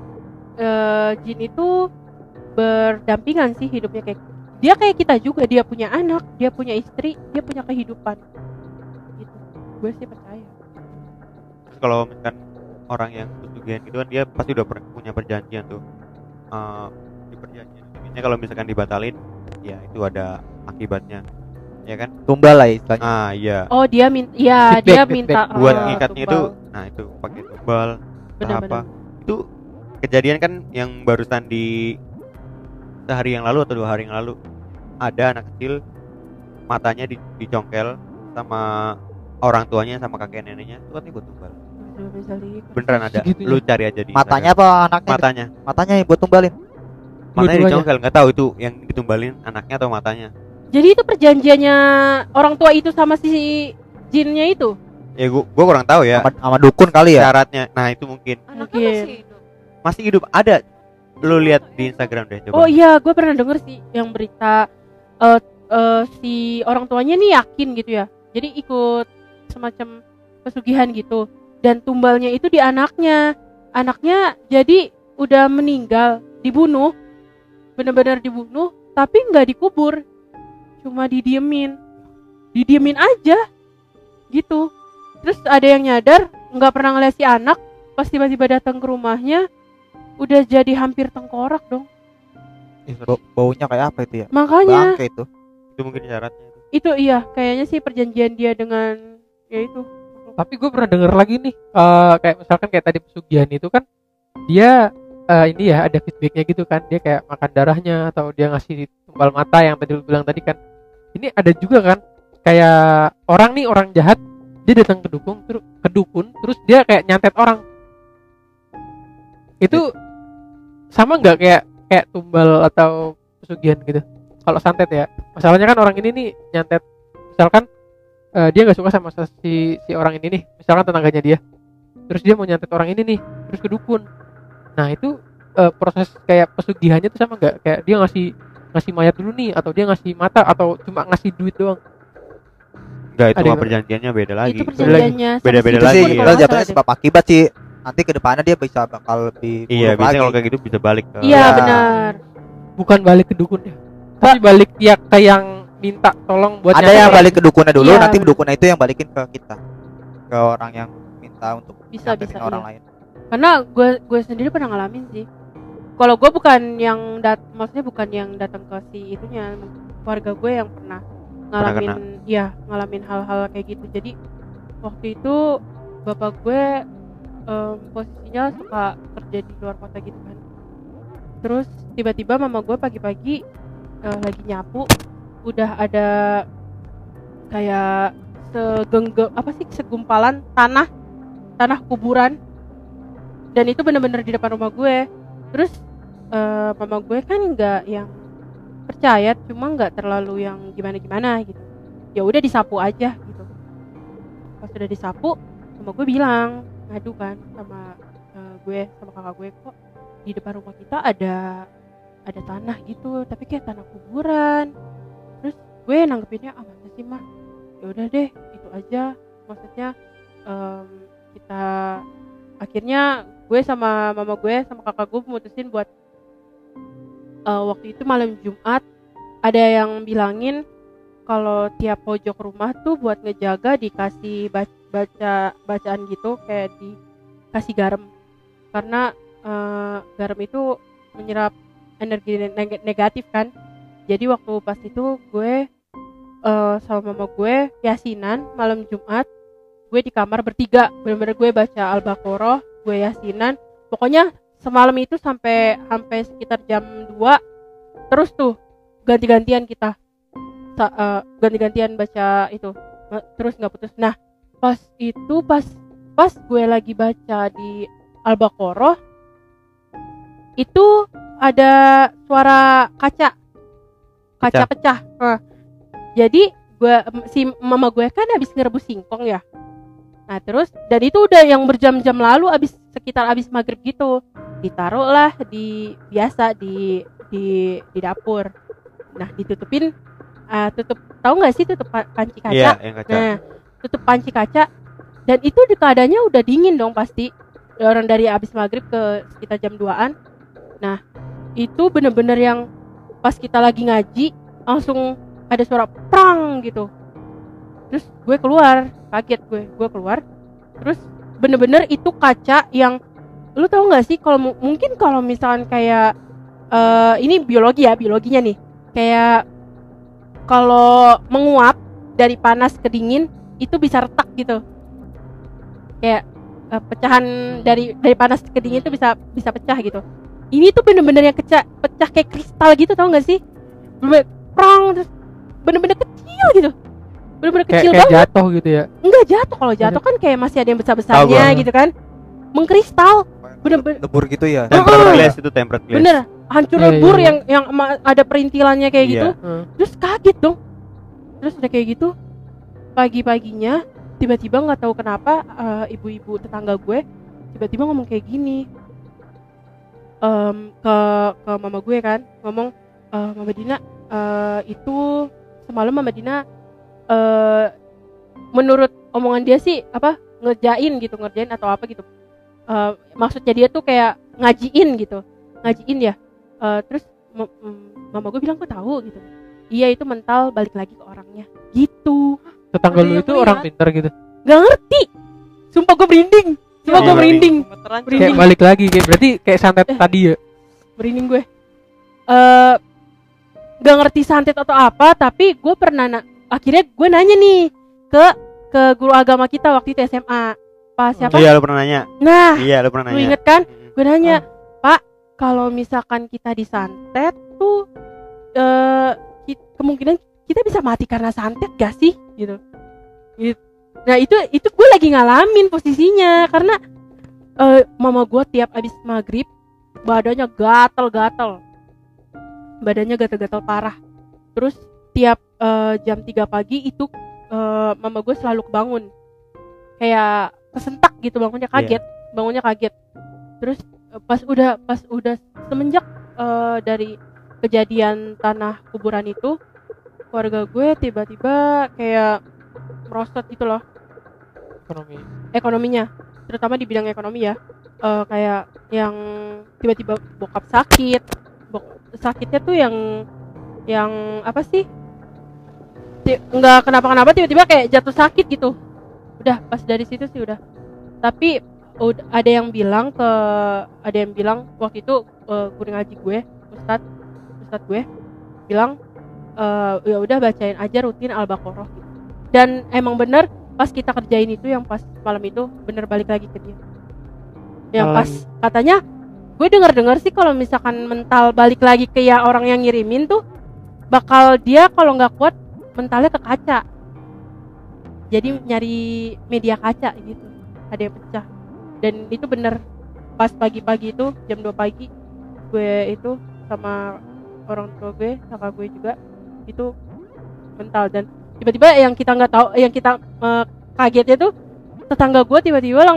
eh, jin itu berdampingan sih hidupnya, kayak dia kayak kita juga, dia punya anak, dia punya istri, dia punya kehidupan gitu. Gue sih percaya. Terus kalau misalkan orang yang pesugihan gitu kan, dia pasti udah per- punya perjanjian tuh. Eh, di perjanjian itu biasanya kalau misalkan dibatalin, ya itu ada akibatnya, ya kan? Tumbal lah istilahnya. Ah iya. Oh dia minta, ya Feedback, dia feedback. minta Buat eh, ngikatnya tumbal. itu, nah itu pakai tumbal. Benar-benar. apa itu kejadian kan yang barusan di sehari yang lalu atau dua hari yang lalu, ada anak kecil matanya di, dicongkel sama orang tuanya sama kakek neneknya, itu kan buat tumbal. Bisa- bisa lihat. Beneran ada, Segitunya. lu cari aja di Matanya Instagram. apa anaknya? matanya Matanya yang buat tumbalin. matanya Dua-duanya. dicongkel, nggak tahu itu yang ditumbalin anaknya atau matanya. Jadi itu perjanjiannya orang tua itu sama si jinnya itu. Ya gua, gua kurang tahu ya Sama, sama dukun kali ya. syaratnya. Nah itu mungkin Anaknya Mungkin. masih hidup. masih hidup, ada, lu lihat di Instagram deh coba. Oh iya, gue pernah denger sih yang berita eh eh, si orang tuanya nih yakin gitu ya. Jadi ikut semacam pesugihan gitu, dan tumbalnya itu di anaknya. Anaknya jadi udah meninggal, dibunuh, benar-benar dibunuh, tapi nggak dikubur, cuma didiemin, didiemin aja, gitu. Terus ada yang nyadar, nggak pernah ngeliat si anak, pas tiba-tiba datang ke rumahnya, udah jadi hampir tengkorak dong. Bau- baunya kayak apa itu ya? Makanya Bangke itu. Itu mungkin syaratnya itu. itu iya, kayaknya sih perjanjian dia dengan ya itu. Tapi gue pernah denger lagi nih, eh, kayak misalkan kayak tadi pesugihan itu kan dia eh, ini ya ada feedbacknya gitu kan, dia kayak makan darahnya atau dia ngasih tumbal mata yang tadi lu bilang tadi kan. Ini ada juga kan kayak orang nih, orang jahat, dia datang ke dukun terus ke dukun terus dia kayak nyantet orang. Itu sama nggak kayak kayak tumbal atau pesugihan gitu? Kalau santet ya, masalahnya kan orang ini nih nyantet, misalkan eh, dia nggak suka sama si si orang ini nih, misalkan tetangganya dia, terus dia mau nyantet orang ini nih, terus ke dukun. Nah itu eh, proses kayak pesugihannya tuh sama nggak? Kayak dia ngasih ngasih mayat dulu nih, atau dia ngasih mata, atau cuma ngasih duit doang? Enggak, itu Ada mah yang- perjanjiannya beda lagi. Itu perjanjiannya sama Beda-beda si Itu lagi, sih dukun iya. kalau kalau nggak jatuhnya salah sebab akibat sih. Nanti ke depannya dia bisa bakal lebih Iya, buruk biasanya lagi. kalau kayak gitu bisa balik ke deh. Iya Ya. benar. Bukan balik ke dukunnya, tapi balik ya ke yang minta tolong buat Ada nyantet yang orang. balik ke dukunnya dulu, Iya, nanti bener. dukunnya itu yang balikin ke kita, ke orang yang minta untuk Bisa nyatetin bisa. orang Iya. lain. Karena gue gue sendiri pernah ngalamin sih. Kalau gue bukan yang dat, maksudnya bukan yang datang ke si itunya, keluarga gue yang pernah ngalamin, ya ngalamin hal-hal kayak gitu. Jadi waktu itu bapak gue em, posisinya suka kerja di luar kota gitu kan. Terus tiba-tiba mama gue pagi-pagi eh, lagi nyapu, udah ada kayak segenggam apa sih segumpalan tanah tanah kuburan, dan itu bener-bener di depan rumah gue. Terus eh, mama gue kan nggak yang percaya, cuma nggak terlalu yang gimana-gimana gitu. Ya udah disapu aja gitu. Pas udah disapu, mama gue bilang ngadu kan sama uh, gue sama kakak gue, kok di depan rumah kita ada ada tanah gitu tapi kayak tanah kuburan. Terus gue nanggepinnya ah masa sih mah, ya udah deh itu aja, maksudnya um, kita akhirnya gue sama mama gue sama kakak gue memutusin buat uh, waktu itu malam Jumat ada yang bilangin kalau tiap pojok rumah tuh buat ngejaga dikasih baca bacaan gitu, kayak dikasih garam karena uh, garam itu menyerap energi neg- negatif kan. Jadi waktu pas itu gue uh, sama mama gue yasinan malam Jumat, gue di kamar bertiga, bener-bener gue baca Al-Baqarah, gue yasinan, pokoknya semalam itu sampai sampai sekitar jam dua terus tuh ganti-gantian kita Sa- uh, ganti-gantian baca itu terus nggak putus. Nah pas itu pas pas gue lagi baca di Al-Baqarah itu ada suara kaca kaca pecah. Nah, jadi gue si mama gue kan habis ngerebus singkong ya. Nah terus dan itu udah yang berjam-jam lalu, abis sekitar abis maghrib gitu, ditaruh lah di biasa di di di dapur. Nah ditutupin, uh, tutup tahu nggak sih tutup panci kaca? Iya, yang kaca. Nah tutup panci kaca dan itu di keadaannya udah dingin dong pasti, orang dari abis maghrib ke sekitar jam duaan. Nah itu bener-bener yang pas kita lagi ngaji langsung ada suara prang gitu. Terus gue keluar, kaget gue, gue keluar. Terus bener-bener itu kaca yang, lu tahu nggak sih kalau m- mungkin kalau misalkan kayak uh, ini biologi ya, biologinya nih, kayak kalau menguap dari panas ke dingin itu bisa retak gitu, kayak uh, pecahan dari dari panas ke dingin itu bisa bisa pecah gitu. Ini tuh bener-bener yang pecah, pecah kayak kristal gitu, tau gak sih? Bener-bener prang, terus bener-bener kecil gitu, bener-bener kayak, kecil kayak banget. jatuh gitu ya. Enggak jatuh, kalau jatuh kan kayak masih ada yang besar-besarnya gitu kan. Mengkristal, bener-bener lebur gitu ya. Tempered glass itu tempered glass. bener hancur Iya, lebur iya. yang yang ma- ada perintilannya kayak Iya. gitu. Hmm. Terus kaget dong. Terus udah kayak gitu, pagi-paginya tiba-tiba nggak tahu kenapa uh, ibu-ibu tetangga gue tiba-tiba ngomong kayak gini. Um, ke ke mama gue kan ngomong, e, Mama Dina uh, itu semalam Mama Dina uh, menurut omongan dia sih apa ngerjain gitu ngerjain atau apa gitu, uh, maksudnya dia tuh kayak ngajiin gitu ngajiin ya. Uh, terus m- m- mama gue bilang kok tahu gitu, iya itu mental balik lagi ke orangnya gitu. Tetangga Ada lu yang itu lihat. orang pintar gitu. Nggak ngerti, sumpah gue merinding, sumpah Iya, gue iya. merinding Gemeteran, Merinding. Kayak balik lagi kayak berarti kayak santet Eh. tadi ya. merinding gue. Eh nggak ngerti santet atau apa, tapi gue pernah na- akhirnya gue nanya nih ke ke guru agama kita waktu itu S M A, Pak siapa? Iya, lu pernah nanya. Nah, Iya, lu pernah lu nanya. inget kan? Mm. Gue nanya, Pak, kalau misalkan kita disantet tuh eh ki- kemungkinan kita bisa mati karena santet gak sih? Gitu. Gitu. Nah itu itu gue lagi ngalamin posisinya karena eh mama gue tiap abis maghrib badannya gatel-gatel, badannya gatel-gatel parah. Terus tiap eh, jam tiga pagi itu eh, mama gue selalu kebangun, kayak kesentak gitu bangunnya, kaget, bangunnya kaget. Terus eh, pas udah pas udah semenjak eh, dari kejadian tanah kuburan itu, keluarga gue tiba-tiba kayak merosot gitu loh Ekonomi. ekonominya, terutama di bidang ekonomi ya. Eh, kayak yang tiba-tiba bokap sakit, Bok- sakitnya tuh yang yang apa sih? Ti- nggak kenapa-kenapa tiba-tiba kayak jatuh sakit gitu. Udah pas dari situ sih udah. Tapi ud- ada yang bilang ke ada yang bilang waktu itu eh, guru ngaji gue, ustad ustad gue bilang eh, ya udah bacain aja rutin Al-Baqarah gitu. Dan emang bener pas kita kerjain itu yang pas malam itu bener balik lagi ke dia. Yang Malam. pas katanya gue dengar-dengar sih kalau misalkan mental balik lagi ke ya orang yang ngirimin tuh bakal dia kalau nggak kuat mentalnya ke kaca. Jadi nyari media kaca gitu. Ada yang pecah. Dan itu bener pas pagi-pagi itu jam dua pagi gue itu sama orang tua gue, kakak gue juga itu mental. Dan tiba-tiba yang kita nggak tahu, yang kita uh, kagetnya tuh tetangga gue tiba-tiba lang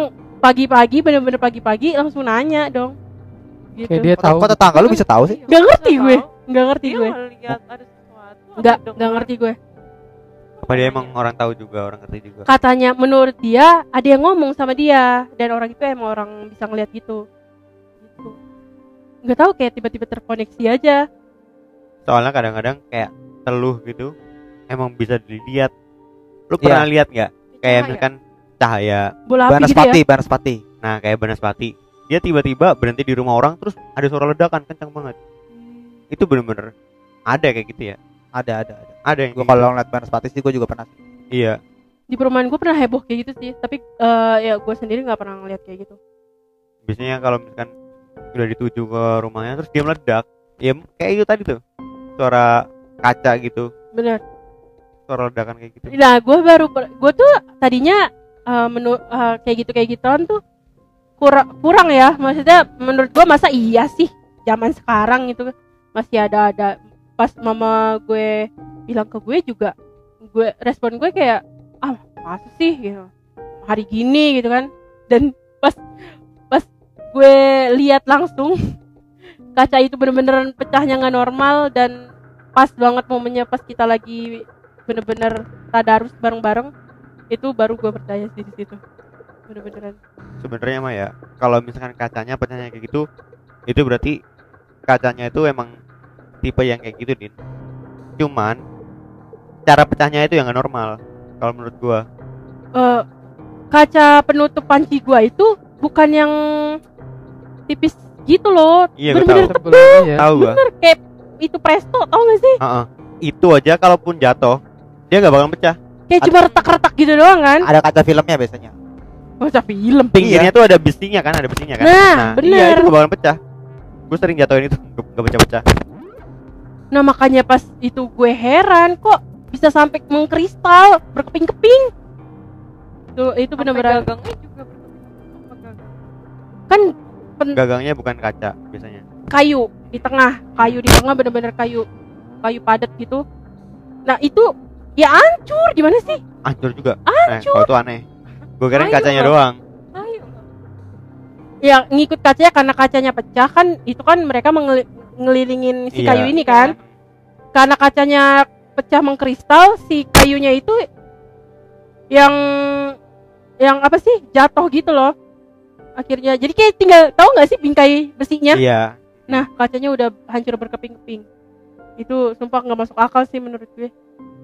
pagi-pagi bener-bener pagi-pagi langsung nanya dong gitu. Kayak dia Kok, tahu. kok tetangga lu bisa tahu sih? Nggak ngerti Nggak gue, tahu. nggak ngerti Dia gue, ngeliat ada sesuatu. nggak atau nggak dengar. ngerti gue. Apa dia emang orang tahu juga, orang ngerti juga. Katanya menurut dia ada yang ngomong sama dia dan orang itu emang orang bisa ngeliat gitu. Gitu. Nggak tahu kayak tiba-tiba terkoneksi aja. Soalnya kadang-kadang kayak teluh gitu emang bisa dilihat. Lu Iya. pernah lihat nggak? Kayak Cahaya. misalkan cahaya. Bola api gitu Banaspati, ya. Banaspati. Nah kayak Banaspati. Dia tiba-tiba berhenti di rumah orang terus ada suara ledakan kencang banget. Itu bener-bener ada kayak gitu ya. Ada, ada, ada. Ada yang Gua kayak kalau ngeliat Banaspati sih gua juga pernah sih. gitu. Iya. Di perumahan gue pernah heboh kayak gitu sih, tapi eh, ya gue sendiri nggak pernah ngeliat kayak gitu. Biasanya kalau misalkan udah dituju ke rumahnya terus dia meledak, ya kayak itu tadi tuh. Suara kaca gitu, Bener. suara ledakan kayak gitu. Nah, gue baru gue tuh tadinya eh, menu eh, kayak gitu kayak gituan tuh kurang kurang ya. Maksudnya menurut gue masa iya sih zaman sekarang gitu masih ada ada. Pas mama gue bilang ke gue juga, gue respon gue kayak ah masa sih gitu hari gini gitu kan. Dan pas pas gue lihat langsung kaca itu bener-bener pecahnya nggak normal dan pas banget momennya pas kita lagi bener-bener tadarus bareng-bareng, itu baru gue percaya sih di situ bener-beneran. Sebenarnya mah ya, kalau misalkan kacanya pecahnya kayak gitu, itu berarti kacanya itu emang tipe yang kayak gitu, Din. Cuman cara pecahnya itu yang gak normal kalau menurut gua. Eh, kaca penutup panci gua itu bukan yang tipis gitu loh, Iya, gua bener-bener tahu. tebel, Tebel, iya. Tahu gua. bener kayak itu presto, tau gak sih? Heeh. Itu aja kalaupun jatuh, dia gak bakal pecah. Kayak cuma retak-retak gitu doang kan. Ada kaca filmnya biasanya. Masa film. Pinggirnya tuh ada besinya kan, ada besinya kan. Nah, iya bener. itu gak bakal pecah. Gue sering jatuhin itu, gak, gak pecah-pecah. Nah makanya pas itu gue heran kok bisa sampai mengkristal berkeping-keping. Tuh itu Sampai benar-benar gagangnya juga berkeping. Apa gagang? kan pen- Gagangnya bukan kaca biasanya. kayu di tengah, kayu di tengah benar-benar kayu kayu padat gitu. Nah itu ya hancur gimana sih? Hancur juga. Hancur. Eh, kalau itu aneh. Gue kirain Ayo, kacanya Bang. doang. Ayo. Ya ngikut kacanya karena kacanya pecah kan itu kan mereka mengeli- ngelilingin si Iya. kayu ini kan. Karena kacanya pecah mengkristal, si kayunya itu yang yang apa sih jatuh gitu loh akhirnya. Jadi kayak tinggal tahu nggak sih bingkai besinya. Iya. Nah kacanya udah hancur berkeping-keping. Itu sumpah nggak masuk akal sih menurut gue.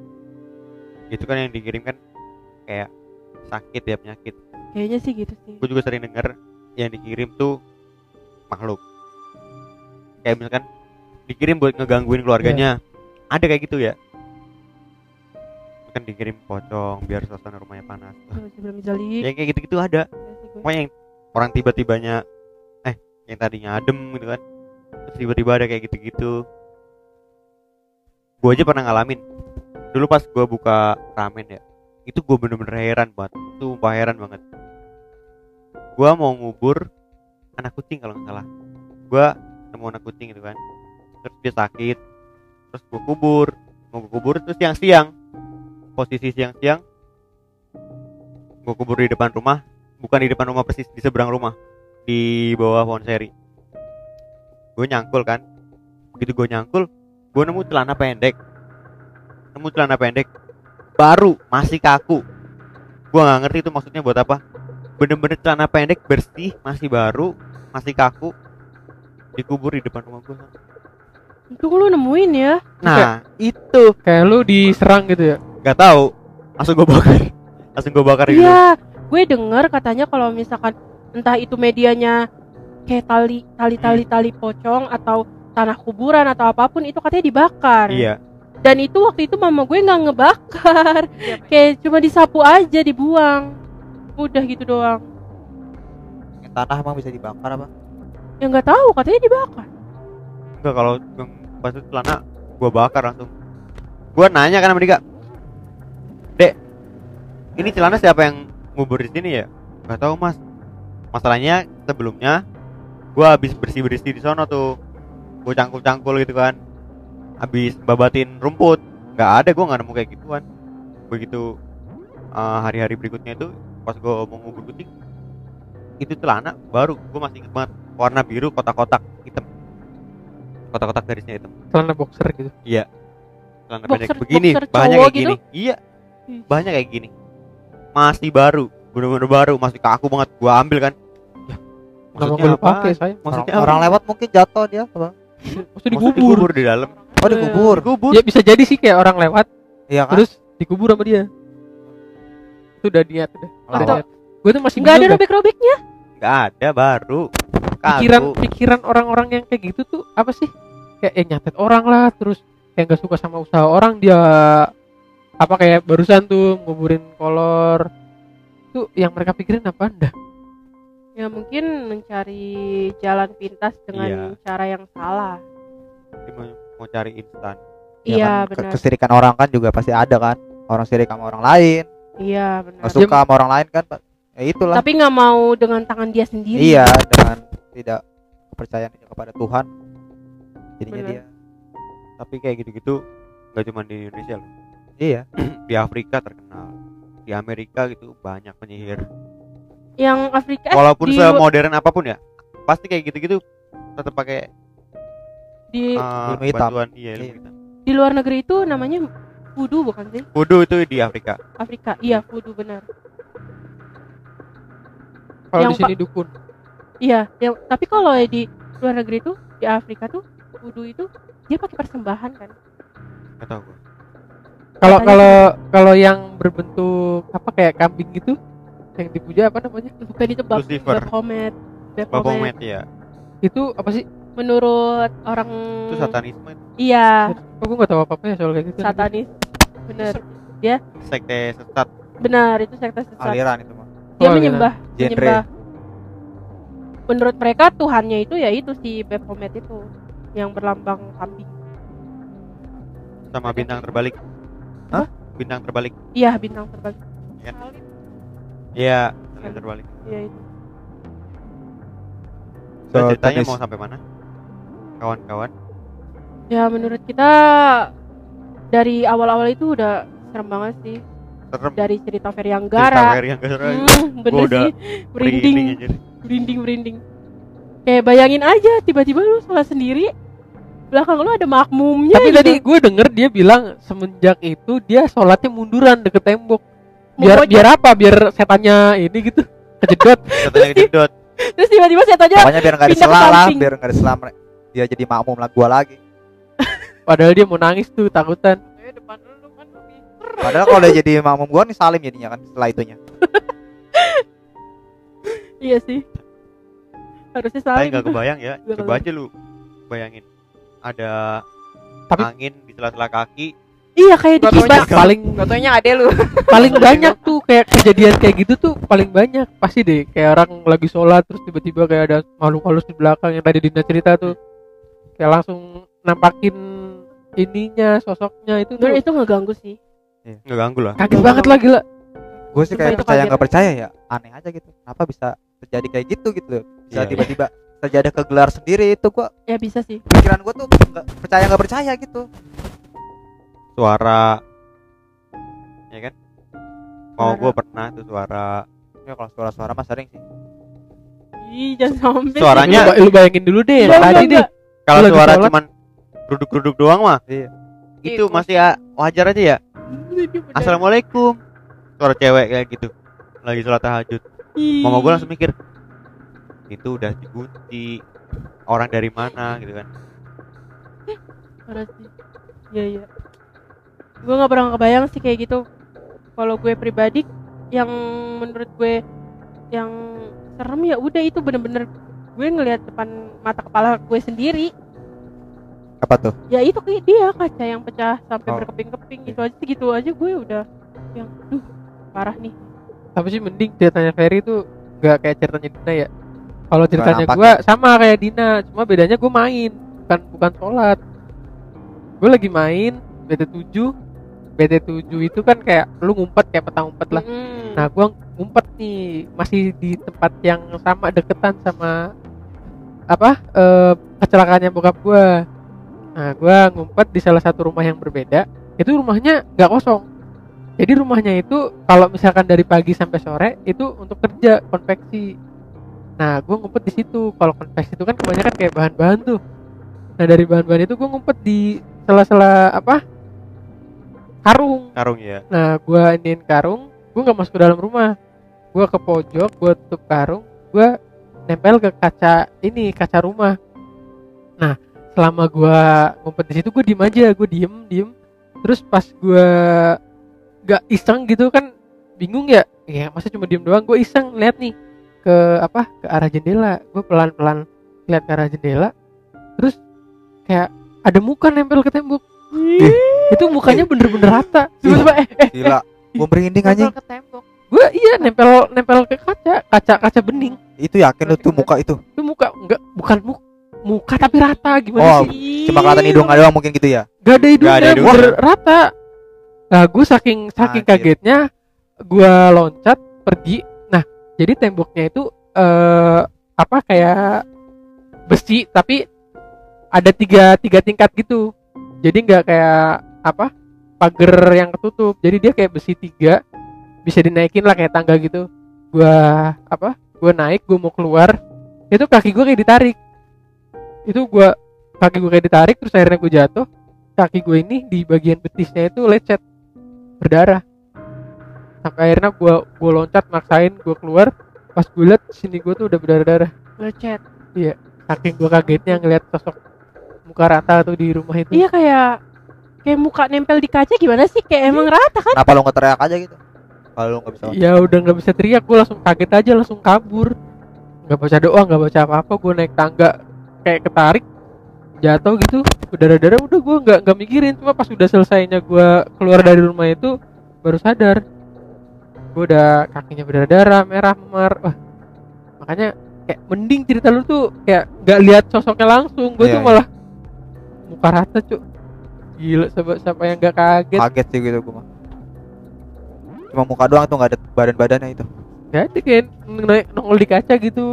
Itu kan yang dikirim kan kayak sakit ya, penyakit. Kayaknya sih gitu sih. Gue juga sering denger yang dikirim tuh makhluk. Kayak misalkan dikirim buat ngegangguin keluarganya. Ada kayak gitu ya. Kan dikirim pocong biar suasana rumahnya panas. Masih belum bisa lihat. Yang kayak gitu-gitu ada. Pokoknya yang orang tiba-tibanya eh yang tadinya adem gitu kan. Terus tiba-tiba ada kayak gitu-gitu. Gue aja pernah ngalamin. Dulu pas gue buka ramen ya, itu gue bener-bener heran banget. Sumpah heran banget. Gue mau ngubur anak kucing kalau nggak salah. Gue nemu anak kucing gitu kan. Terus dia sakit. Terus gue kubur. Mau gue kubur terus siang-siang. Posisi siang-siang. Gue kubur di depan rumah. Bukan di depan rumah persis, di seberang rumah. Di bawah pohon seri. Gue nyangkul kan. Begitu gue nyangkul, gue nemu celana pendek. Nemu celana pendek baru, masih kaku. Gue nggak ngerti itu maksudnya buat apa. Bener-bener celana pendek bersih, masih baru, masih kaku, dikubur di depan rumah gue. Untung lu nemuin ya. Nah itu Kayak lu diserang gitu ya. nggak tahu, langsung gue bakar, langsung gue bakar gitu. Iya, gue denger katanya kalau misalkan entah itu medianya kayak tali tali tali tali pocong atau tanah kuburan atau apapun itu katanya dibakar. Iya. Dan itu waktu itu mama gue nggak ngebakar, kayak cuma disapu aja dibuang, udah gitu doang. Yang tanah emang bisa dibakar apa? Ya nggak tahu katanya dibakar. Enggak, kalau yang pas itu celana gue bakar langsung. Gue nanya kan sama Dika, Dek, ini celana siapa yang ngubur di sini ya? Gak tahu mas. Masalahnya sebelumnya gue habis bersih bersih di sono tuh, gue cangkul cangkul gitu kan, habis babatin rumput. Gak ada, gue nggak nemu kayak gituan. Begitu uh, hari-hari berikutnya itu pas gue mau ngubur kucing, itu celana baru, gue masih inget banget, warna biru kotak-kotak hitam, kotak-kotak garisnya hitam. Celana boxer gitu. Iya, celana Boxer- pendek begini, boxer bahannya cowok kayak gitu? gini. Iya, Hmm. bahannya kayak gini, masih baru, bener-bener baru, masih kaku banget. Gue ambil kan. Ya, Kenapa maksudnya gue apa? pakai saya? Maksudnya orang, orang apa? lewat mungkin jatuh dia apa? Maksudnya Maksudnya dikubur. di dalam. Oh dikubur. Dikubur. Ya bisa jadi sih kayak orang lewat Iya kan? terus dikubur sama dia. Itu udah niat udah. Udah Atau- niat. Gue tuh masih Nggak ada bingung dah. robek-robeknya. Nggak ada, baru. pikiran Kaku. pikiran orang-orang yang kayak gitu tuh apa sih? Kayak eh, nyatet orang lah, terus kayak nggak suka sama usaha orang, dia apa kayak barusan tuh nguburin kolor. Tuh yang mereka pikirin apa dah? Ya mungkin mencari jalan pintas dengan Iya. cara yang salah. Dia mau, mau cari instan. Ya Iya kan, ke- benar. kesirikan orang kan juga pasti ada kan. Orang sirik sama orang lain, Iya benar. nggak suka sama orang lain kan, Pak. Ya itulah. Tapi nggak mau dengan tangan dia sendiri. Iya, dengan tidak kepercayaan kepada Tuhan. Jadinya Benar. dia. Tapi kayak gitu-gitu nggak cuma di Indonesia loh. Iya. Di Afrika terkenal. Di Amerika gitu banyak penyihir. Yang Afrika eh, Walaupun di, semodern apapun ya, pasti kayak gitu-gitu tetap pakai di uh, Ilmu hitam. bantuan iya, ilmu Iya. hitam. di luar negeri itu namanya voodoo bukan sih? Voodoo itu di Afrika. Afrika. Iya, voodoo benar. Kalau Yang di sini dukun. Iya, yang tapi kalau di luar negeri itu di Afrika tuh voodoo itu dia pakai persembahan kan. Nggak tahu gua. Kalau Katanya kalau kalau yang berbentuk apa kayak kambing gitu yang dipuja apa namanya? Bukan itu bab Lucifer. Baphomet. Baphomet ya. Itu apa sih? Menurut orang Itu satanisme itu. Iya, Oh, gue nggak tahu apa apa ya soal kayak gitu. satanis. Benar. Sekte sesat. Benar, itu sekte sesat. Aliran itu mah. Dia Oh, menyembah Genre. menyembah. Menurut mereka Tuhannya itu ya itu si Baphomet itu yang berlambang kambing. Sama bintang terbalik. Hah? Bintang terbalik. Iya, bintang terbalik. Kan? Salib. Iya, bintang terbalik. Iya itu. So, So, ceritanya tenis. mau sampai mana? Kawan-kawan. Ya menurut kita dari awal-awal itu udah serem banget sih. Serem. Dari cerita Cerita Verianggara. Ferry yang keserem. Hmm, bener Gua udah sih. Merinding, anjir. merinding, merinding. Kayak bayangin aja tiba-tiba lu sholat sendiri, belakang lu ada makmumnya. Tapi gitu. tadi gue denger dia bilang semenjak itu dia sholatnya munduran deket tembok. Mau Biar pojok. biar apa? Biar setannya ini gitu kejedot. Katanya kejedot. Terus tiba-tiba saya tanya, Pokoknya biar nggak ada pindah ke selah lah, samping. biar nggak ada selah mere- dia jadi makmum lah gua lagi. Padahal dia mau nangis tuh takutan. Eh, depan lu kan lebih. Padahal kalau dia jadi makmum gua nih salim jadinya kan setelah itunya. iya sih. Harusnya Saya saling. nggak kebayang ya. Nggak Coba aja lu bayangin. Ada Tapi- angin di sela-sela kaki. Iya kayak di Gak kisah. taunya- Paling Fotonya ade lu. paling banyak tuh kayak kejadian kayak gitu tuh paling banyak pasti deh kayak orang lagi sholat terus tiba-tiba kayak ada makhluk halus di belakang yang tadi Dina cerita tuh kayak langsung nampakin ininya sosoknya itu tuh Bener, itu ngeganggu sih. Nggak ganggu lah. kaget banget lah gila. Gue sih Sumpah kayak itu percaya kaget. nggak percaya ya, aneh aja gitu. Kenapa bisa terjadi kayak gitu gitu? Bisa Iya, iya. tiba-tiba terjadi kegelar sendiri itu gua Ya bisa sih. pikiran gua tuh nggak percaya nggak percaya gitu. Suara, ya kan? Mau Suara. gue pernah tuh suara. Ya kalau suara-suara mah sering sih. Ih, jangan sampai. Suaranya- Lu, lu bayangin dulu deh yang Enggak, tadi enggak, deh. enggak. Kalau lagi suara sholat. cuman geruduk-geruduk doang mah, Iya. itu Itu. masih ya, wajar aja ya. Assalamualaikum. Suara cewek kayak gitu. Lagi sholat tahajud. Ih. Mama gue langsung mikir, itu udah dikunci. Orang dari mana gitu kan? Parah sih. Iya iya. Gue nggak pernah kebayang sih kayak gitu. Kalau gue pribadi, yang menurut gue yang serem ya udah itu bener-bener gue ngelihat depan mata kepala gue sendiri. Apa tuh? Ya itu kayak dia kaca yang pecah sampai Oh. berkeping-keping gitu aja gitu aja gue udah yang duh parah nih. Tapi sih mending ceritanya Ferry tuh nggak kayak ceritanya Dina ya. Kalau ceritanya nampak gua sama kayak Dina, cuma bedanya gua main, bukan bukan sholat. Gue lagi main B T tujuh. B T tujuh itu kan kayak lu ngumpet kayak petang umpet lah. Mm. Nah, gua ngumpet nih masih di tempat yang sama deketan sama apa? Eh kecelakaannya bokap gua. Nah, gua ngumpet di salah satu rumah yang berbeda. Itu rumahnya nggak kosong. Jadi rumahnya itu kalau misalkan dari pagi sampai sore itu untuk kerja konveksi. Nah, gue ngumpet di situ. Kalau konveks itu kan kebanyakan kayak bahan-bahan tuh. Nah, dari bahan-bahan itu gue ngumpet di sela-sela apa? Karung. Karung ya. Nah, gue iniin karung, gue nggak masuk ke dalam rumah. Gue ke pojok, gue tutup karung, gue nempel ke kaca ini, kaca rumah. Nah, selama gue ngumpet di situ, gue diem aja, gue diem, diem. Terus pas gue gak iseng gitu kan, bingung ya, ya masa cuma diem doang. Gue iseng lihat nih ke apa, ke arah jendela. Gue pelan-pelan lihat ke arah jendela. Terus kayak ada muka nempel ke tembok. Itu mukanya bener-bener rata. Tiba-tiba eh eh Gila, gua merinding anjing. Nempel ke tembok. gue iya nempel nempel ke kaca kaca kaca bening. Itu yakin lu tuh muka itu? Itu muka enggak, bukan muka muka tapi rata gimana Oh, sih? cuma kelihatan hidungnya doang mungkin gitu ya. Gak ada hidungnya, Gak ada hidungnya. bener rata. Nah, gue saking saking Anjir. kagetnya, gue loncat pergi. Nah, jadi temboknya itu eh apa kayak besi tapi ada tiga tiga tingkat gitu. Jadi nggak kayak apa pagar yang ketutup. Jadi dia kayak besi tiga, bisa dinaikin lah kayak tangga gitu. Gua apa? Gua naik, gua mau keluar. Itu kaki gua kayak ditarik. Itu gua kaki gua kayak ditarik, terus akhirnya gua jatuh. Kaki gua ini di bagian betisnya itu lecet, berdarah. Sampai akhirnya gua gua loncat maksain gua keluar. Pas gua liat sini gua tuh udah berdarah-darah. Lecet. Iya, saking gua kagetnya ngeliat sosok muka rata tuh di rumah itu. Iya kayak kayak muka nempel di kaca gimana sih? Kayak emang rata kan? Kenapa lu nggak teriak aja gitu? Kalau lu nggak bisa. Ya udah nggak bisa teriak, gue langsung kaget aja, langsung kabur. Nggak baca doa, nggak baca apa-apa, gue naik tangga kayak ketarik, jatuh gitu, berdarah-darah. Udah gue nggak nggak mikirin, cuma pas udah selesainya gue keluar dari rumah itu baru sadar. Gue udah kakinya berdarah, merah, memar. Wah, makanya kayak mending cerita lu tuh kayak nggak lihat sosoknya langsung. Gue Iya, tuh iya. malah muka rata cuk. Gila, siapa siapa yang nggak kaget? Kaget sih gitu gua mah. Cuma muka doang tuh nggak ada badan-badannya itu. Gak ada kayak nong- nongol di kaca gitu.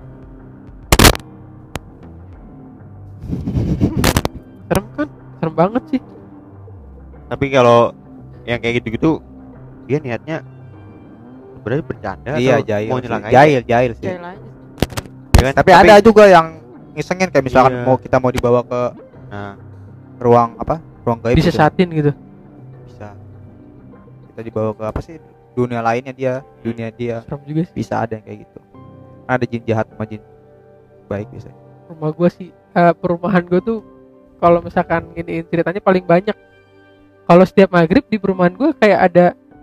Serem kan? Serem banget sih. Tapi kalau yang kayak gitu-gitu dia niatnya sebenarnya bercanda Iya, atau jahil. mau sih. nyelakain. Jahil, jahil sih. Jail aja sih. Ya kan? Tapi ada juga yang ngisengin kayak misalkan Iya. mau kita mau dibawa ke Nah, ruang apa? Ruang gaib. gitu. Disesatin gitu. Bisa. Kita dibawa ke apa sih? Dunia lainnya dia, dunia dia. Serem juga sih. Bisa ada yang kayak gitu. Kan ada jin jahat sama jin baik biasanya. Rumah gua sih, eh, perumahan gua tuh kalau misalkan ini ceritanya paling banyak. Kalau setiap maghrib di perumahan gua kayak ada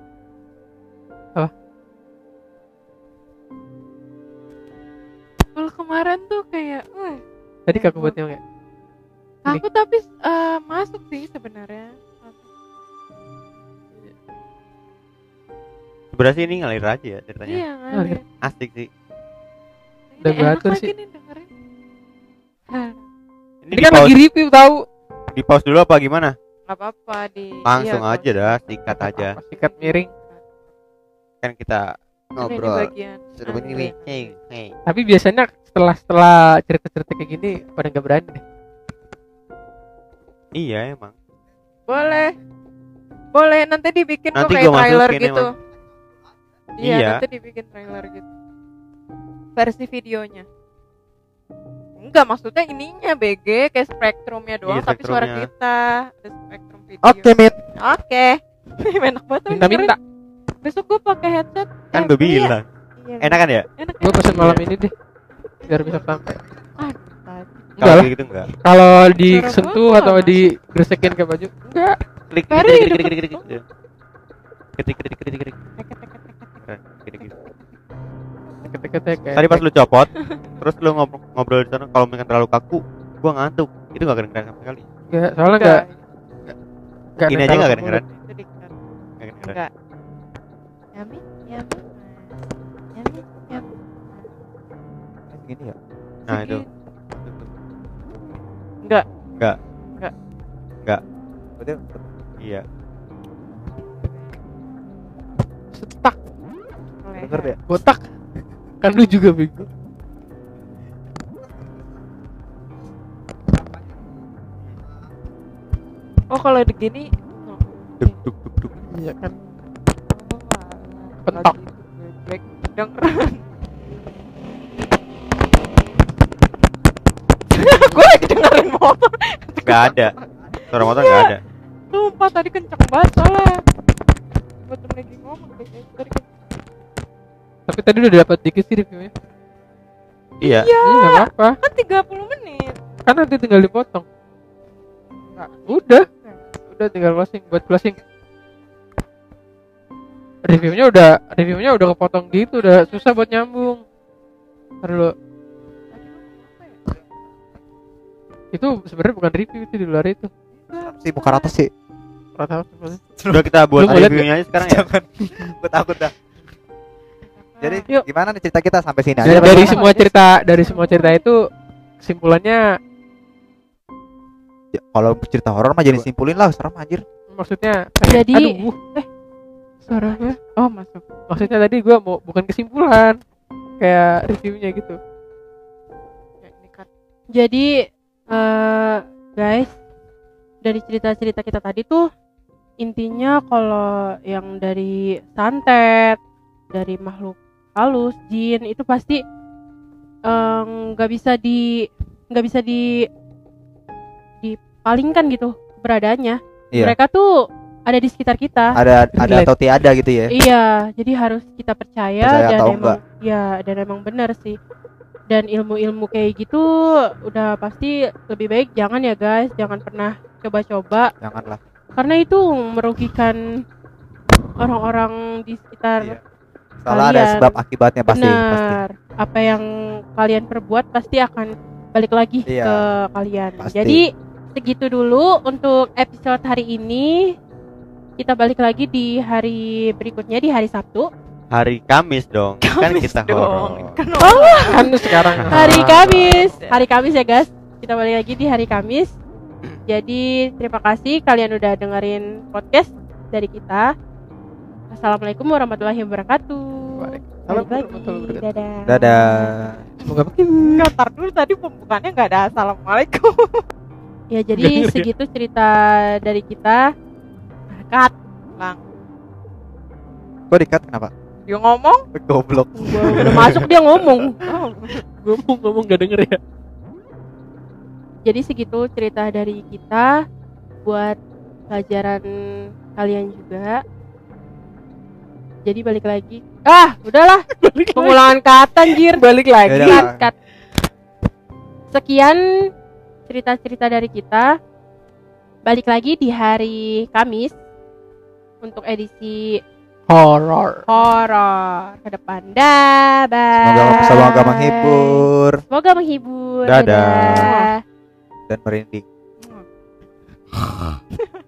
Kalau kemarin tuh kayak, wah, tadi kaku buatnya nggak? Ini. aku tapi eh, masuk sih sebenarnya. sebenarnya sih ini ngalir aja ya ceritanya. Iya, Ngalir. ngalir. Asik sih. Udah Ini enak beratur lagi sih. nih dengerin. Hah, Ini, Ini di kan pause, lagi review tahu. di pause dulu apa gimana? nggak apa-apa di. Langsung iya, aja kalau- dah, sikat aja. Apa, sikat miring. Kan kita Ini di ngobrol. bagian Seru Andre. ini. Hey, hey. Tapi biasanya setelah setelah cerita-cerita kayak gini pada nggak berani deh. Iya emang. Boleh. Boleh nanti dibikin kok Nanti kayak gua trailer masukin gitu. Iya, Iya. nanti dibikin trailer gitu. Versi videonya. Enggak, maksudnya ininya B G kayak spektrumnya doang Iya, tapi suara spektrumnya. kita. Ada spektrum video. Oke, Mit. Oke. Enak banget. Minta-minta. Besok gua pakai headset. Kan Eh, gue iya. bilang. Iya, Enak kan ya? Enak. Gue pesen malam ini deh biar bisa sampai. Aduh, Enggak Kalau lah. kayak gitu enggak. Kalau Suara disentuh gua atau masuk. digresekin ke baju, enggak. Klik Baru klik hidup klik klik klik. betul. klik. Ketik ketik ketik ketik. Teket, teket, teket. Keren, gitu-gitu. Ketek-ketek kayak. Tadi pas lu copot, terus lu ngobrol, ngobrol di sana kalau misalkan terlalu kaku, gua ngantuk. Itu enggak keren-keren sama sekali. Enggak, soalnya enggak enggak Ini aja nempel enggak ke keren-keren. Itu dikit. Enggak keren-keren. Enggak. Yummy, yummy. Yummy, yummy. Gini ya. Nah, itu. Enggak. Enggak. Enggak. Enggak. Berarti Iya. mulut. Setak, denger deh. botak. Kan lu juga bego. Oh, kalau begini no. Duk duk duk duk. Iya kan. Oh, alah. Pentok. Lagi itu, geblek. Dengeran. nggak ada. Suara motor nggak ada. Sumpah tadi kenceng banget soalnya. Buat lagi ngomong kayaknya tadi kenceng. Tapi tadi udah dapat dikit sih reviewnya. Iya. Iya nggak apa-apa. Kan tiga puluh menit. Kan nanti tinggal dipotong. Nah, udah. Udah tinggal closing buat closing. Reviewnya udah reviewnya udah kepotong gitu, udah susah buat nyambung. Ntar dulu. Itu sebenarnya bukan review, itu di luar itu. Si muka rata sih. Rata apa? Udah kita buat Lu mau lihat reviewnya aja sekarang ya. Jangan. Gue takut dah. Jadi Yuk. gimana nih cerita kita sampai sini Dari, aja? dari Bagaimana? semua cerita dari semua cerita itu kesimpulannya Ya, kalau cerita horor mah jadi simpulin lah, serem anjir. maksudnya kayak, Jadi- aduh, Eh, suaranya. Oh masuk. maksudnya tadi gua mau bukan kesimpulan, kayak reviewnya gitu. Ya, ini kan. Jadi eh guys, dari cerita-cerita kita tadi tuh intinya kalau yang dari santet, dari makhluk halus, jin itu pasti eh, nggak bisa di nggak bisa di dipalingkan gitu keberadaannya. Iya. Mereka tuh ada di sekitar kita. Ada ada Relate. atau tiada gitu ya. Iya, jadi harus kita percaya, Percaya dan atau emang ya dan emang benar sih. Dan ilmu-ilmu kayak gitu udah pasti lebih baik jangan ya guys, jangan pernah coba-coba Janganlah. karena itu merugikan orang-orang di sekitar. Iya. Salah ada Kalian. sebab akibatnya pasti pasti. Benar. Apa yang kalian perbuat pasti akan balik lagi Iya, ke kalian. pasti. Jadi segitu dulu untuk episode hari ini. Kita balik lagi di hari berikutnya di hari Sabtu. Hari Kamis dong. Kan kita horor. Kan Kan sekarang Hari ah, Kamis. Hari Kamis ya guys. Kita balik lagi di hari Kamis. Jadi terima kasih kalian udah dengerin podcast dari kita. Assalamualaikum warahmatullahi wabarakatuh. Waalaikumsalam Balik lagi. warahmatullahi wabarakatuh. Dadah. Dadah. Semoga makin Enggak, tar dulu tadi pembukaannya enggak ada assalamualaikum. Ya jadi Nggak denger ya? segitu cerita dari kita. Cut. Bang, Kok di-cut kenapa? dia ngomong. Goblok. Gua udah masuk dia ngomong. Oh, gue mau ngomong gak denger ya. Jadi segitu cerita dari kita buat pelajaran kalian juga. Jadi balik lagi. Ah, udahlah. Pengulangan kata anjir. Balik lagi. Ya udah. Cut, cut. Sekian cerita-cerita dari kita. Balik lagi di hari Kamis untuk edisi Horor. horor ke depan. Dadah. Semoga semoga menghibur Semoga menghibur. Dadah. Dadah. dan merinding.